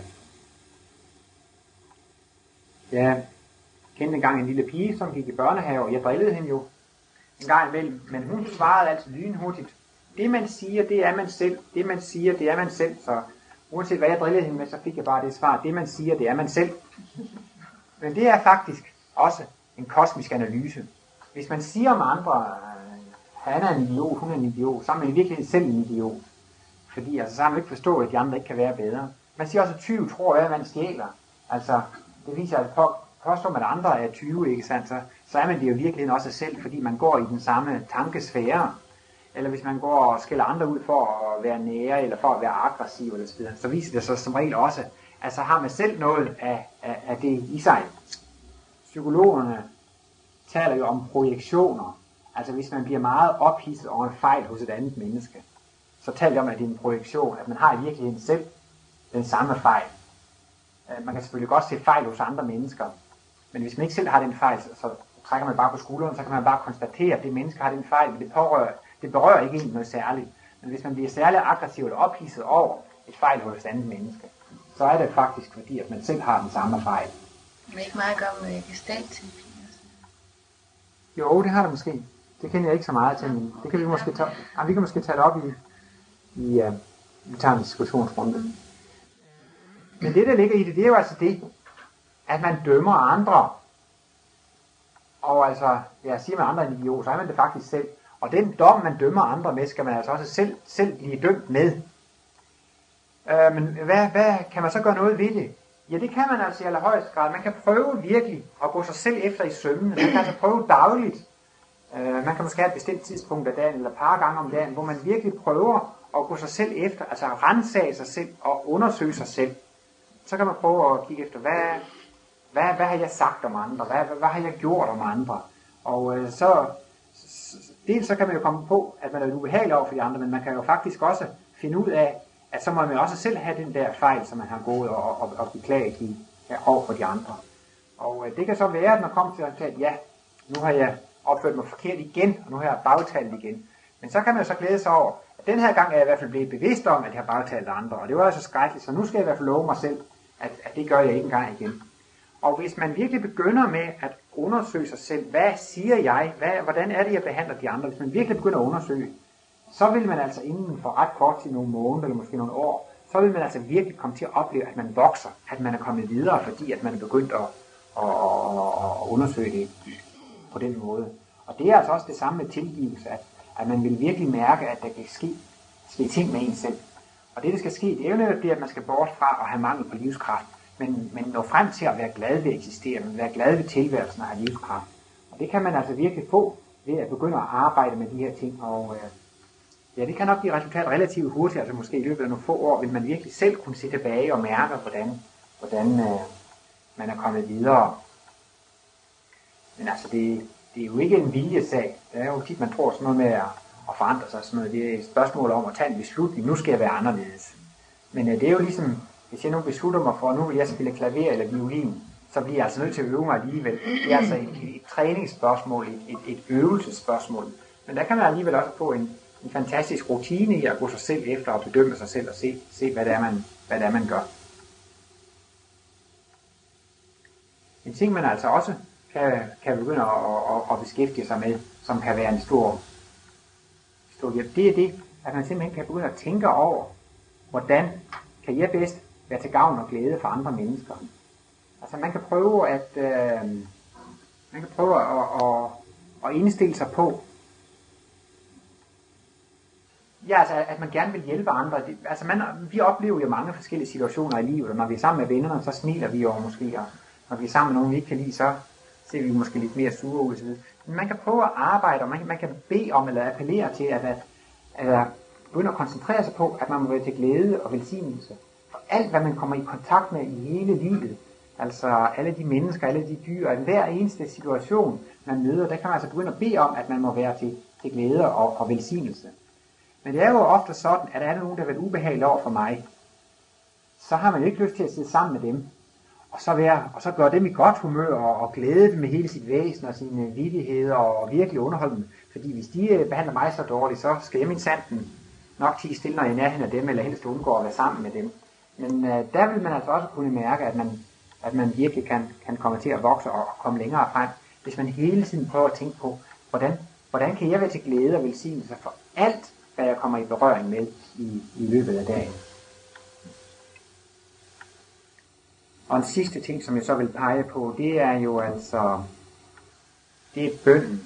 Jeg kendte engang en lille pige, som gik i børnehave, og jeg drillede hende jo en gang imellem, men hun svarede altid lynhurtigt. Det man siger, det er man selv. Det man siger, det er man selv. Så uanset hvad jeg drillede hende med, så fik jeg bare det svar. Det man siger, det er man selv. Men det er faktisk også en kosmisk analyse. Hvis man siger om andre, han er en idiot, hun er en idiot, så er man i virkeligheden selv en idiot. Fordi altså, så har man ikke forstået, at de andre ikke kan være bedre. Man siger også, at tyve tror, at man stjæler. Altså, det viser, at på, påstår man, at andre er tyve, ikke sandt? Så, så er man det jo i virkeligheden også selv, fordi man går i den samme tankesfære. Eller hvis man går og skælder andre ud for at være nære, eller for at være aggressiv, eller så videre, så viser det sig som regel også, at så har man selv noget af, af, af det i sig. Psykologerne taler jo om projektioner. Altså hvis man bliver meget ophidset over en fejl hos et andet menneske, så taler de om, at det er en projektion, at man har i virkeligheden selv den samme fejl. Man kan selvfølgelig godt se fejl hos andre mennesker, men hvis man ikke selv har den fejl, så trækker man bare på skulderen, så kan man bare konstatere, at det menneske har den fejl, men det, pårører, det berører ikke en noget særligt. Men hvis man bliver særlig aggressiv eller ophidset over et fejl hos et andet menneske, så er det faktisk fordi, at man selv har den samme fejl. Men ikke meget godt med gestaltterapi? Jo, det har det måske. Det kender jeg ikke så meget til, men det kan vi måske tage, ja, vi kan måske tage det op i, i uh, vi tager en diskussionsrunde. Men det, der ligger i det, det er jo altså det, at man dømmer andre. Og altså, ja, siger man andre en idiot, så er man det faktisk selv. Og den dom, man dømmer andre med, skal man altså også selv, selv blive dømt med. Øh, men hvad, hvad kan man så gøre noget ved det? Ja, det kan man altså i allerhøjeste grad. Man kan prøve virkelig at gå sig selv efter i sømmene. Man kan altså prøve dagligt. Øh, man kan måske have et bestemt tidspunkt af dagen, eller et par gange om dagen, hvor man virkelig prøver at gå sig selv efter, altså rensage sig selv og undersøge sig selv. Så kan man prøve at kigge efter, hvad, hvad, hvad har jeg sagt om andre? Hvad, hvad, hvad har jeg gjort om andre? Og øh, så dels så kan man jo komme på, at man er ubehagelig over for de andre, men man kan jo faktisk også finde ud af, at så må man også selv have den der fejl, som man har gået og, og, og beklaget i ja, over for de andre. Og øh, det kan så være, at man kommer til at ja, nu har jeg opført mig forkert igen, og nu har jeg bagtalt igen. Men så kan man jo så glæde sig over, at den her gang er jeg i hvert fald blevet bevidst om, at jeg har bagtalt andre, og det var altså skrækkeligt, så nu skal jeg i hvert fald love mig selv, at, at det gør jeg ikke engang igen. Og hvis man virkelig begynder med at undersøge sig selv, hvad siger jeg, hvad, hvordan er det, jeg behandler de andre, hvis man virkelig begynder at undersøge, så vil man altså inden for ret kort tid, nogle måneder eller måske nogle år, så vil man altså virkelig komme til at opleve, at man vokser, at man er kommet videre, fordi at man er begyndt at, at, at, at undersøge det på den måde. Og det er altså også det samme med tilgivelse, at, at man vil virkelig mærke, at der kan ske, ske ting med en selv. Og det, der skal ske, det er jo netop det, at man skal bort fra at have mangel på livskraft, men, men nå frem til at være glad ved at eksistere, men være glad ved tilværelsen og have livskraft. Og det kan man altså virkelig få ved at begynde at arbejde med de her ting, og øh, ja, det kan nok give resultat relativt hurtigt, altså måske i løbet af nogle få år, vil man virkelig selv kunne se tilbage og mærke, hvordan, hvordan øh, man er kommet videre. Men altså, det, det er jo ikke en viljesag. Det er jo tit, man tror sådan noget med at, at forandre sig, sådan noget. Det er et spørgsmål om at tage en beslutning. Nu skal jeg være anderledes. Men øh, det er jo ligesom, hvis jeg nu beslutter mig for, at nu vil jeg spille klaver eller violin, så bliver jeg altså nødt til at øve mig alligevel. Det er altså et, et, et træningsspørgsmål, et, et, et øvelsesspørgsmål. Men der kan man alligevel også få en, en fantastisk rutine i at gå sig selv efter og bedømme sig selv og se, se hvad, det er, man, hvad det er, man gør. En ting, man altså også kan, kan begynde at, at, at beskæftige sig med, som kan være en stor, stor hjælp, det er det, at man simpelthen kan begynde at tænke over, hvordan kan jeg bedst være til gavn og glæde for andre mennesker. Altså man kan prøve at, øh, man kan prøve at, at, at indstille sig på, ja, altså, at man gerne vil hjælpe andre. Det, altså man, vi oplever jo mange forskellige situationer i livet, og når vi er sammen med vennerne, så smiler vi jo måske, og når vi er sammen med nogen, vi ikke kan lide, så ser vi måske lidt mere sure ud. Men man kan prøve at arbejde, og man, man kan bede om, eller appellere til, at, at, at begynde at koncentrere sig på, at man må være til glæde og velsignelse. For alt, hvad man kommer i kontakt med i hele livet, altså alle de mennesker, alle de dyr, og hver eneste situation, man møder, der kan man altså begynde at bede om, at man må være til, til glæde og, og velsignelse. Men det er jo ofte sådan, at er der nogen, der vil ubehagelige over for mig, så har man jo ikke lyst til at sidde sammen med dem, og så, være, og så gøre dem i godt humør, og, og glæde dem med hele sit væsen og sine vittigheder, og, og virkelig underholde dem. Fordi hvis de behandler mig så dårligt, så skal jeg min sanden nok tige stille, når jeg er nærheden af dem, eller helst undgå at være sammen med dem. Men øh, der vil man altså også kunne mærke, at man, at man virkelig kan, kan komme til at vokse og, og komme længere frem, hvis man hele tiden prøver at tænke på, hvordan, hvordan kan jeg være til glæde og velsignelse for alt, hvad jeg kommer i berøring med i, i løbet af dagen. Og en sidste ting, som jeg så vil pege på, det er jo altså, det er bønnen.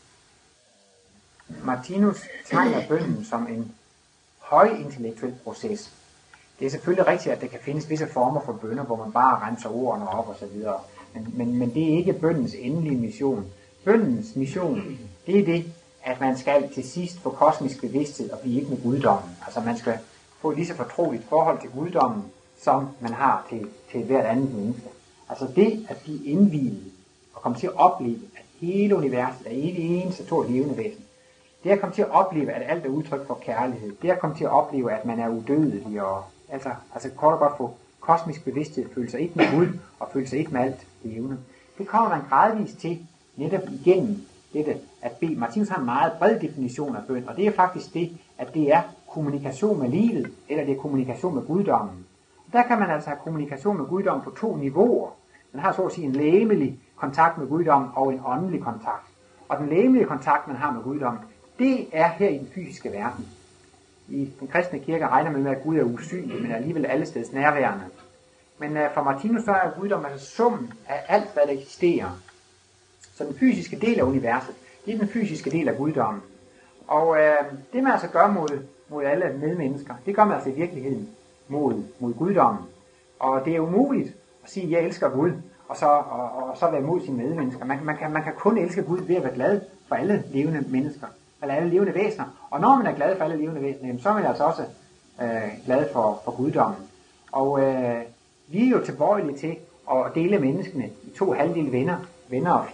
Martinus tegner bønnen som en højintellektuel proces. Det er selvfølgelig rigtigt, at der kan findes visse former for bønner, hvor man bare renser ordene op og så videre. Men, men, men det er ikke bønnens endelige mission. Bønnens mission, det er det, at man skal til sidst få kosmisk bevidsthed og blive et med guddommen. Altså man skal få et lige så fortroligt forhold til guddommen, som man har til, til hvert andet menneske. Altså det at blive indviet og komme til at opleve, at hele universet er en eneste stort levende væsen. Det at komme til at opleve, at alt er udtryk for kærlighed. Det at komme til at opleve, at man er udødelig og altså, altså kort og godt få kosmisk bevidsthed, føle sig et med Gud og føle sig et med alt levende. Det kommer man gradvist til netop igennem dette at bede. Martinus har en meget bred definition af bøn, og det er faktisk det, at det er kommunikation med livet, eller det er kommunikation med guddommen. Der kan man altså have kommunikation med guddommen på to niveauer. Man har så at sige en legemelig kontakt med guddommen og en åndelig kontakt. Og den legemelige kontakt, man har med guddommen, det er her i den fysiske verden. I den kristne kirke regner man med, at Gud er usynlig, men er alligevel allesteds nærværende. Men for Martinus så er guddommen altså summen af alt, hvad der eksisterer. Så den fysiske del af universet, det er den fysiske del af guddommen. Og øh, det man altså gør mod, mod alle medmennesker, det gør man altså i virkeligheden mod, mod guddommen. Og det er umuligt at sige, at jeg elsker Gud, og så, og, og så være mod sine medmennesker. Man, man, kan, man kan kun elske Gud ved at være glad for alle levende mennesker, eller alle levende væsener. Og når man er glad for alle levende væsener, så er man altså også øh, glad for, for guddommen. Og øh, vi er jo tilbøjelige til at dele menneskene i to halvdele venner, venner og fjender.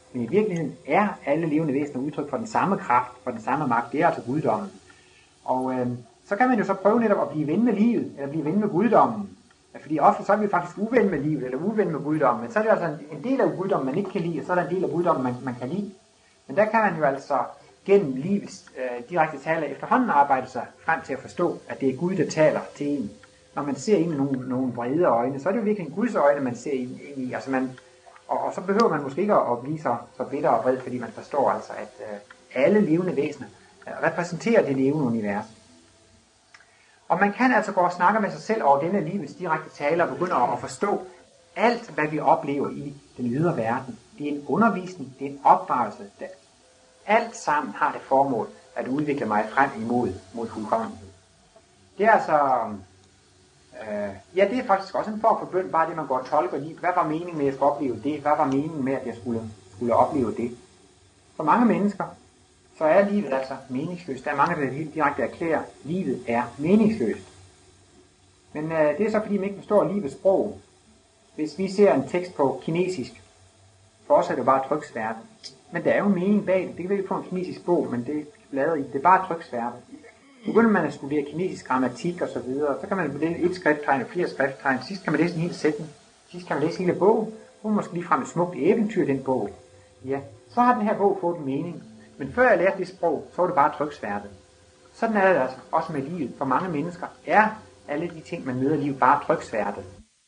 Men i virkeligheden er alle levende væsener udtryk for den samme kraft, for den samme magt. Det er altså guddommen. Og øh, så kan man jo så prøve netop at blive ven med livet, eller blive ven med guddommen. Fordi ofte så er vi faktisk uven med livet, eller uven med guddommen. Men så er det altså en, en del af guddommen, man ikke kan lide, og så er der en del af guddommen, man, man kan lide. Men der kan man jo altså gennem livets øh, direkte taler efterhånden arbejde sig frem til at forstå, at det er Gud, der taler til en. Når man ser ind med nogle, nogle brede øjne, så er det jo virkelig en Guds øjne, man ser ind, ind i. Altså man, og, og så behøver man måske ikke at, at blive så, så bitter og vred, fordi man forstår altså, at øh, alle levende væsener øh, repræsenterer det levende univers. Og man kan altså gå og snakke med sig selv over denne livets direkte taler og begynde at forstå alt, hvad vi oplever i den ydre verden. Det er en undervisning, det er en opdragelse. Alt sammen har det formål at udvikle mig frem imod mod fuldkommenhed. Det er altså, øh, ja, det er faktisk også en form for bøn, bare det man går og tolker lige. Hvad var meningen med, at jeg skulle opleve det? Hvad var meningen med, at jeg skulle, skulle opleve det? For mange mennesker, så er livet altså meningsløst. Der er mange, der helt direkte erklærer, at livet er meningsløst. Men øh, det er så, fordi man ikke forstår livets sprog. Hvis vi ser en tekst på kinesisk, for os er det bare tryksværte. Men der er jo mening bag det. Det kan vi ikke få en kinesisk bog, men det er bladret i. Det er bare tryksværte. Begynder man at studere kinesisk grammatik og så videre, så kan man læse et skrifttegn og flere skrifttegn. Sidst kan man læse en hel sætning. Sidst kan man læse hele bogen. Så måske lige frem et smukt eventyr i den bog. Ja, så har den her bog fået en mening. Men før jeg lærte det sprog, så var det bare tryksværte. Sådan er det altså også med livet. For mange mennesker er alle de ting, man møder i livet, bare tryksværte.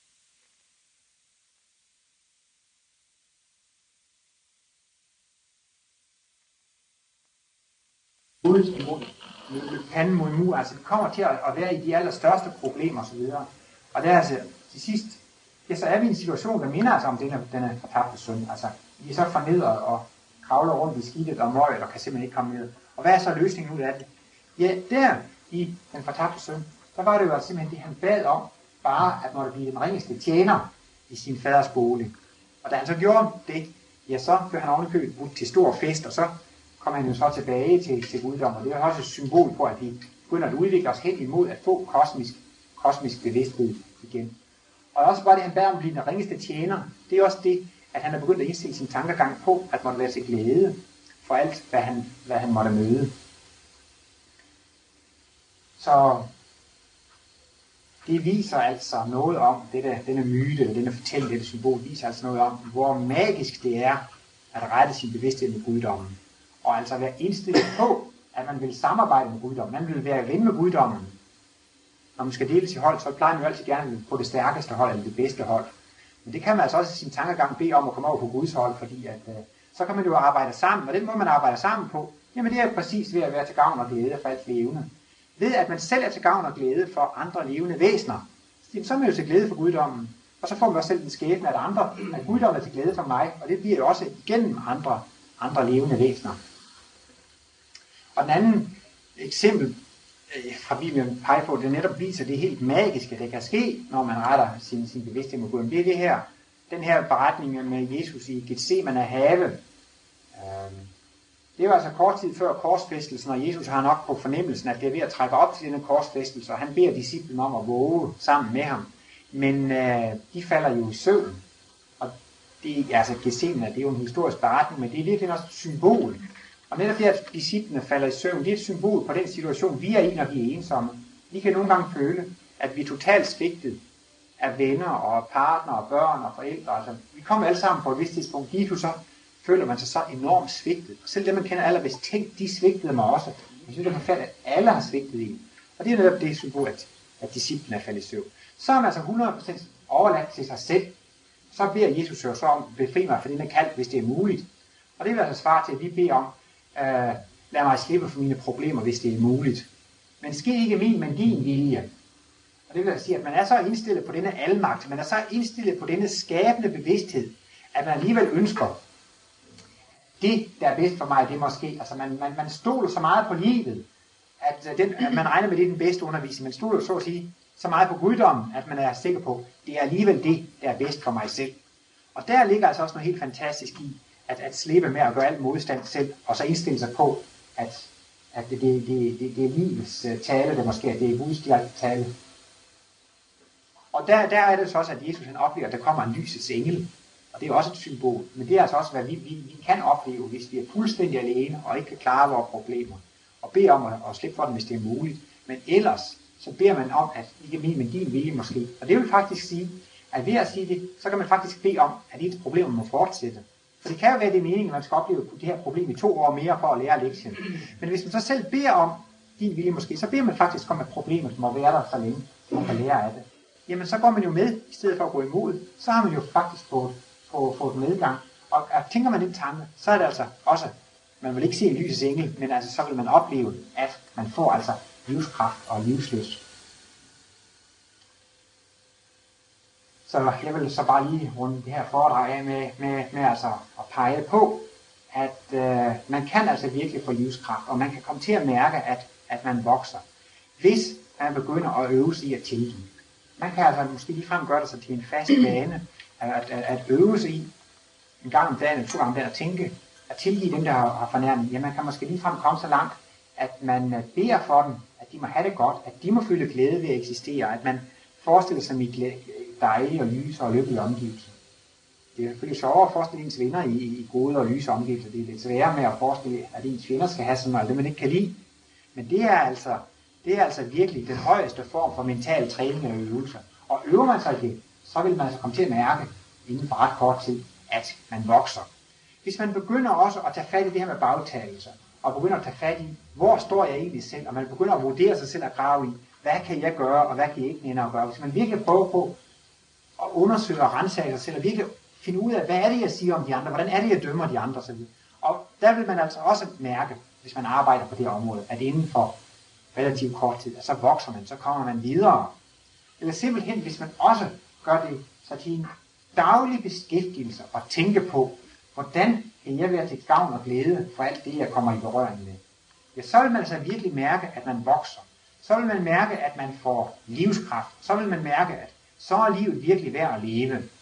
Panden mod mur, altså det kommer til at være i de allerstørste problemer osv. Og der altså til sidst, ja, så er vi i en situation, der minder os om denne, denne fortabte søn. Altså, vi er så fornedret og kravler rundt i skidtet og møg, og kan simpelthen ikke komme ned. Og hvad er så løsningen ud af det? Ja, der i den fortabte søn, der var det jo altså simpelthen det, han bad om, bare at måtte blive den ringeste tjener i sin faders bolig. Og da han så gjorde det, ja, så blev han ovenikøbet budt til stor fest, og så kom han jo så tilbage til, til guddom, og det er også et symbol på, at vi begynder at udvikle os hen imod at få kosmisk, kosmisk bevidsthed igen. Og også bare det, han bad om at blive den ringeste tjener, det er også det, at han er begyndt at indstille sin tankegang på, at måtte være til glæde for alt, hvad han, hvad han måtte møde. Så det viser altså noget om, dette, denne myte, eller denne fortælling, dette symbol, viser altså noget om, hvor magisk det er at rette sin bevidsthed med guddommen. Og altså være indstillet på, at man vil samarbejde med guddommen. Man vil være ven med guddommen. Når man skal deles i hold, så plejer man jo altid gerne på det stærkeste hold, eller det bedste hold. Men det kan man altså også i sin tankegang bede om at komme over på Guds hold, fordi at, øh, så kan man jo arbejde sammen, og den måde man arbejder sammen på, jamen det er præcis ved at være til gavn og glæde for alt levende. Ved at man selv er til gavn og glæde for andre levende væsener, så er man jo til glæde for guddommen, og så får man også selv den skæbne, at andre, at guddommen er til glæde for mig, og det bliver jo også igennem andre, andre levende væsener. Og den anden eksempel øh, fra Bibelen peger på, det netop viser det helt magiske, der kan ske, når man retter sin, sin bevidsthed mod Gud. Det er det her, den her beretning med Jesus i Getsemane have. Øh, det var altså kort tid før korsfæstelsen, og Jesus har nok på fornemmelsen, at det er ved at trække op til denne korsfæstelse, og han beder disciplen om at våge sammen med ham. Men øh, de falder jo i søvn. Og det, altså Getsemane, det er jo en historisk beretning, men det er virkelig også et symbol. Og netop det, at disciplene falder i søvn, det er et symbol på den situation, vi er i, når vi er ensomme. Vi kan nogle gange føle, at vi er totalt svigtet af venner og partner og børn og forældre. Altså, vi kommer alle sammen på et vist tidspunkt. Lige så føler man sig så enormt svigtet. Og selv dem, man kender allerbedst, tænk, de svigtede mig også. Jeg synes, det er forfærdeligt, at alle har svigtet en. Og det er netop det symbol, at, at disciplene er faldet i søvn. Så er man altså hundrede procent overladt til sig selv. Så beder Jesus jo så om, befri mig for denne kald, hvis det er muligt. Og det vil altså svare til, at vi beder om, Uh, lad mig slippe for mine problemer, hvis det er muligt. Men ske ikke min, men din vilje. Og det vil altså sige, at man er så indstillet på denne almagt, man er så indstillet på denne skabende bevidsthed, at man alligevel ønsker, det, der er bedst for mig, det må ske. Altså man, man, man stoler så meget på livet, at, den, at man regner med, det er den bedste undervisning. Man stoler så at sige så meget på guddommen, at man er sikker på, det er alligevel det, der er bedst for mig selv. Og der ligger altså også noget helt fantastisk i, At, at slippe med at gøre alt modstand selv, og så indstille sig på, at, at det, det, det, det er livets tale, der måske er, det er Guds direkte tale. Og der, der er det så også, at Jesus han oplever, at der kommer en lysets engel. Og det er også et symbol, men det er altså også, hvad vi, vi, vi kan opleve, hvis vi er fuldstændig alene og ikke kan klare vores problemer. Og beder om at, at slippe for dem, hvis det er muligt. Men ellers, så beder man om, at ikke min, men din vilje måske. Og det vil faktisk sige, at ved at sige det, så kan man faktisk bede om, at ens problemer må fortsætte. For det kan jo være det meningen, at man skal opleve det her problem i to år mere for at lære lektien. Men hvis man så selv beder om din vilje måske, så beder man faktisk om, at problemet må være der så længe, så man kan lære af det. Jamen så går man jo med, i stedet for at gå imod, så har man jo faktisk fået, fået, fået medgang. Og, og tænker man den tanke, så er det altså også, man vil ikke se en lysets engel, men altså så vil man opleve, at man får altså livskraft og livslyst. Så jeg vil så bare lige runde det her foredrag af med, med, med altså at pege på, at øh, man kan altså virkelig få livskraft, og man kan komme til at mærke, at, at man vokser, hvis man begynder at øve sig i at tilgive. Man kan altså måske ligefrem gøre det sig til en fast vane, at, at, at øve sig i en gang om dagen, to gange om dagen, at tænke, at tilgive dem, der har, har fornærmet. Ja, man kan måske ligefrem komme så langt, at man beder for dem, at de må have det godt, at de må føle glæde ved at eksistere, at man forestiller sig med dejlige og lyse og lykkelige omgivelser. Det er selvfølgelig sjovere at forestille ens venner i, i gode og lyse omgivelser. Det er lidt sværere med at forestille, at ens fjender skal have sådan noget, det man ikke kan lide. Men det er altså, det er altså virkelig den højeste form for mental træning og øvelse. Og øver man sig det, så vil man altså komme til at mærke inden for ret kort tid, at man vokser. Hvis man begynder også at tage fat i det her med bagtagelser, og begynder at tage fat i, hvor står jeg egentlig selv, og man begynder at vurdere sig selv og grave i, hvad kan jeg gøre, og hvad kan jeg ikke nænde at gøre. Hvis man virkelig prøver på at undersøge og rensage sig selv, og virkelig finde ud af, hvad er det, jeg siger om de andre, hvordan er det, jeg dømmer de andre osv. Og der vil man altså også mærke, hvis man arbejder på det her område, at inden for relativt kort tid, så vokser man, så kommer man videre. Eller simpelthen, hvis man også gør det så til en daglig beskæftigelse og tænke på, hvordan kan jeg være til gavn og glæde for alt det, jeg kommer i berøring med. Ja, så vil man altså virkelig mærke, at man vokser. Så vil man mærke, at man får livskraft. Så vil man mærke, at så er livet virkelig værd at leve.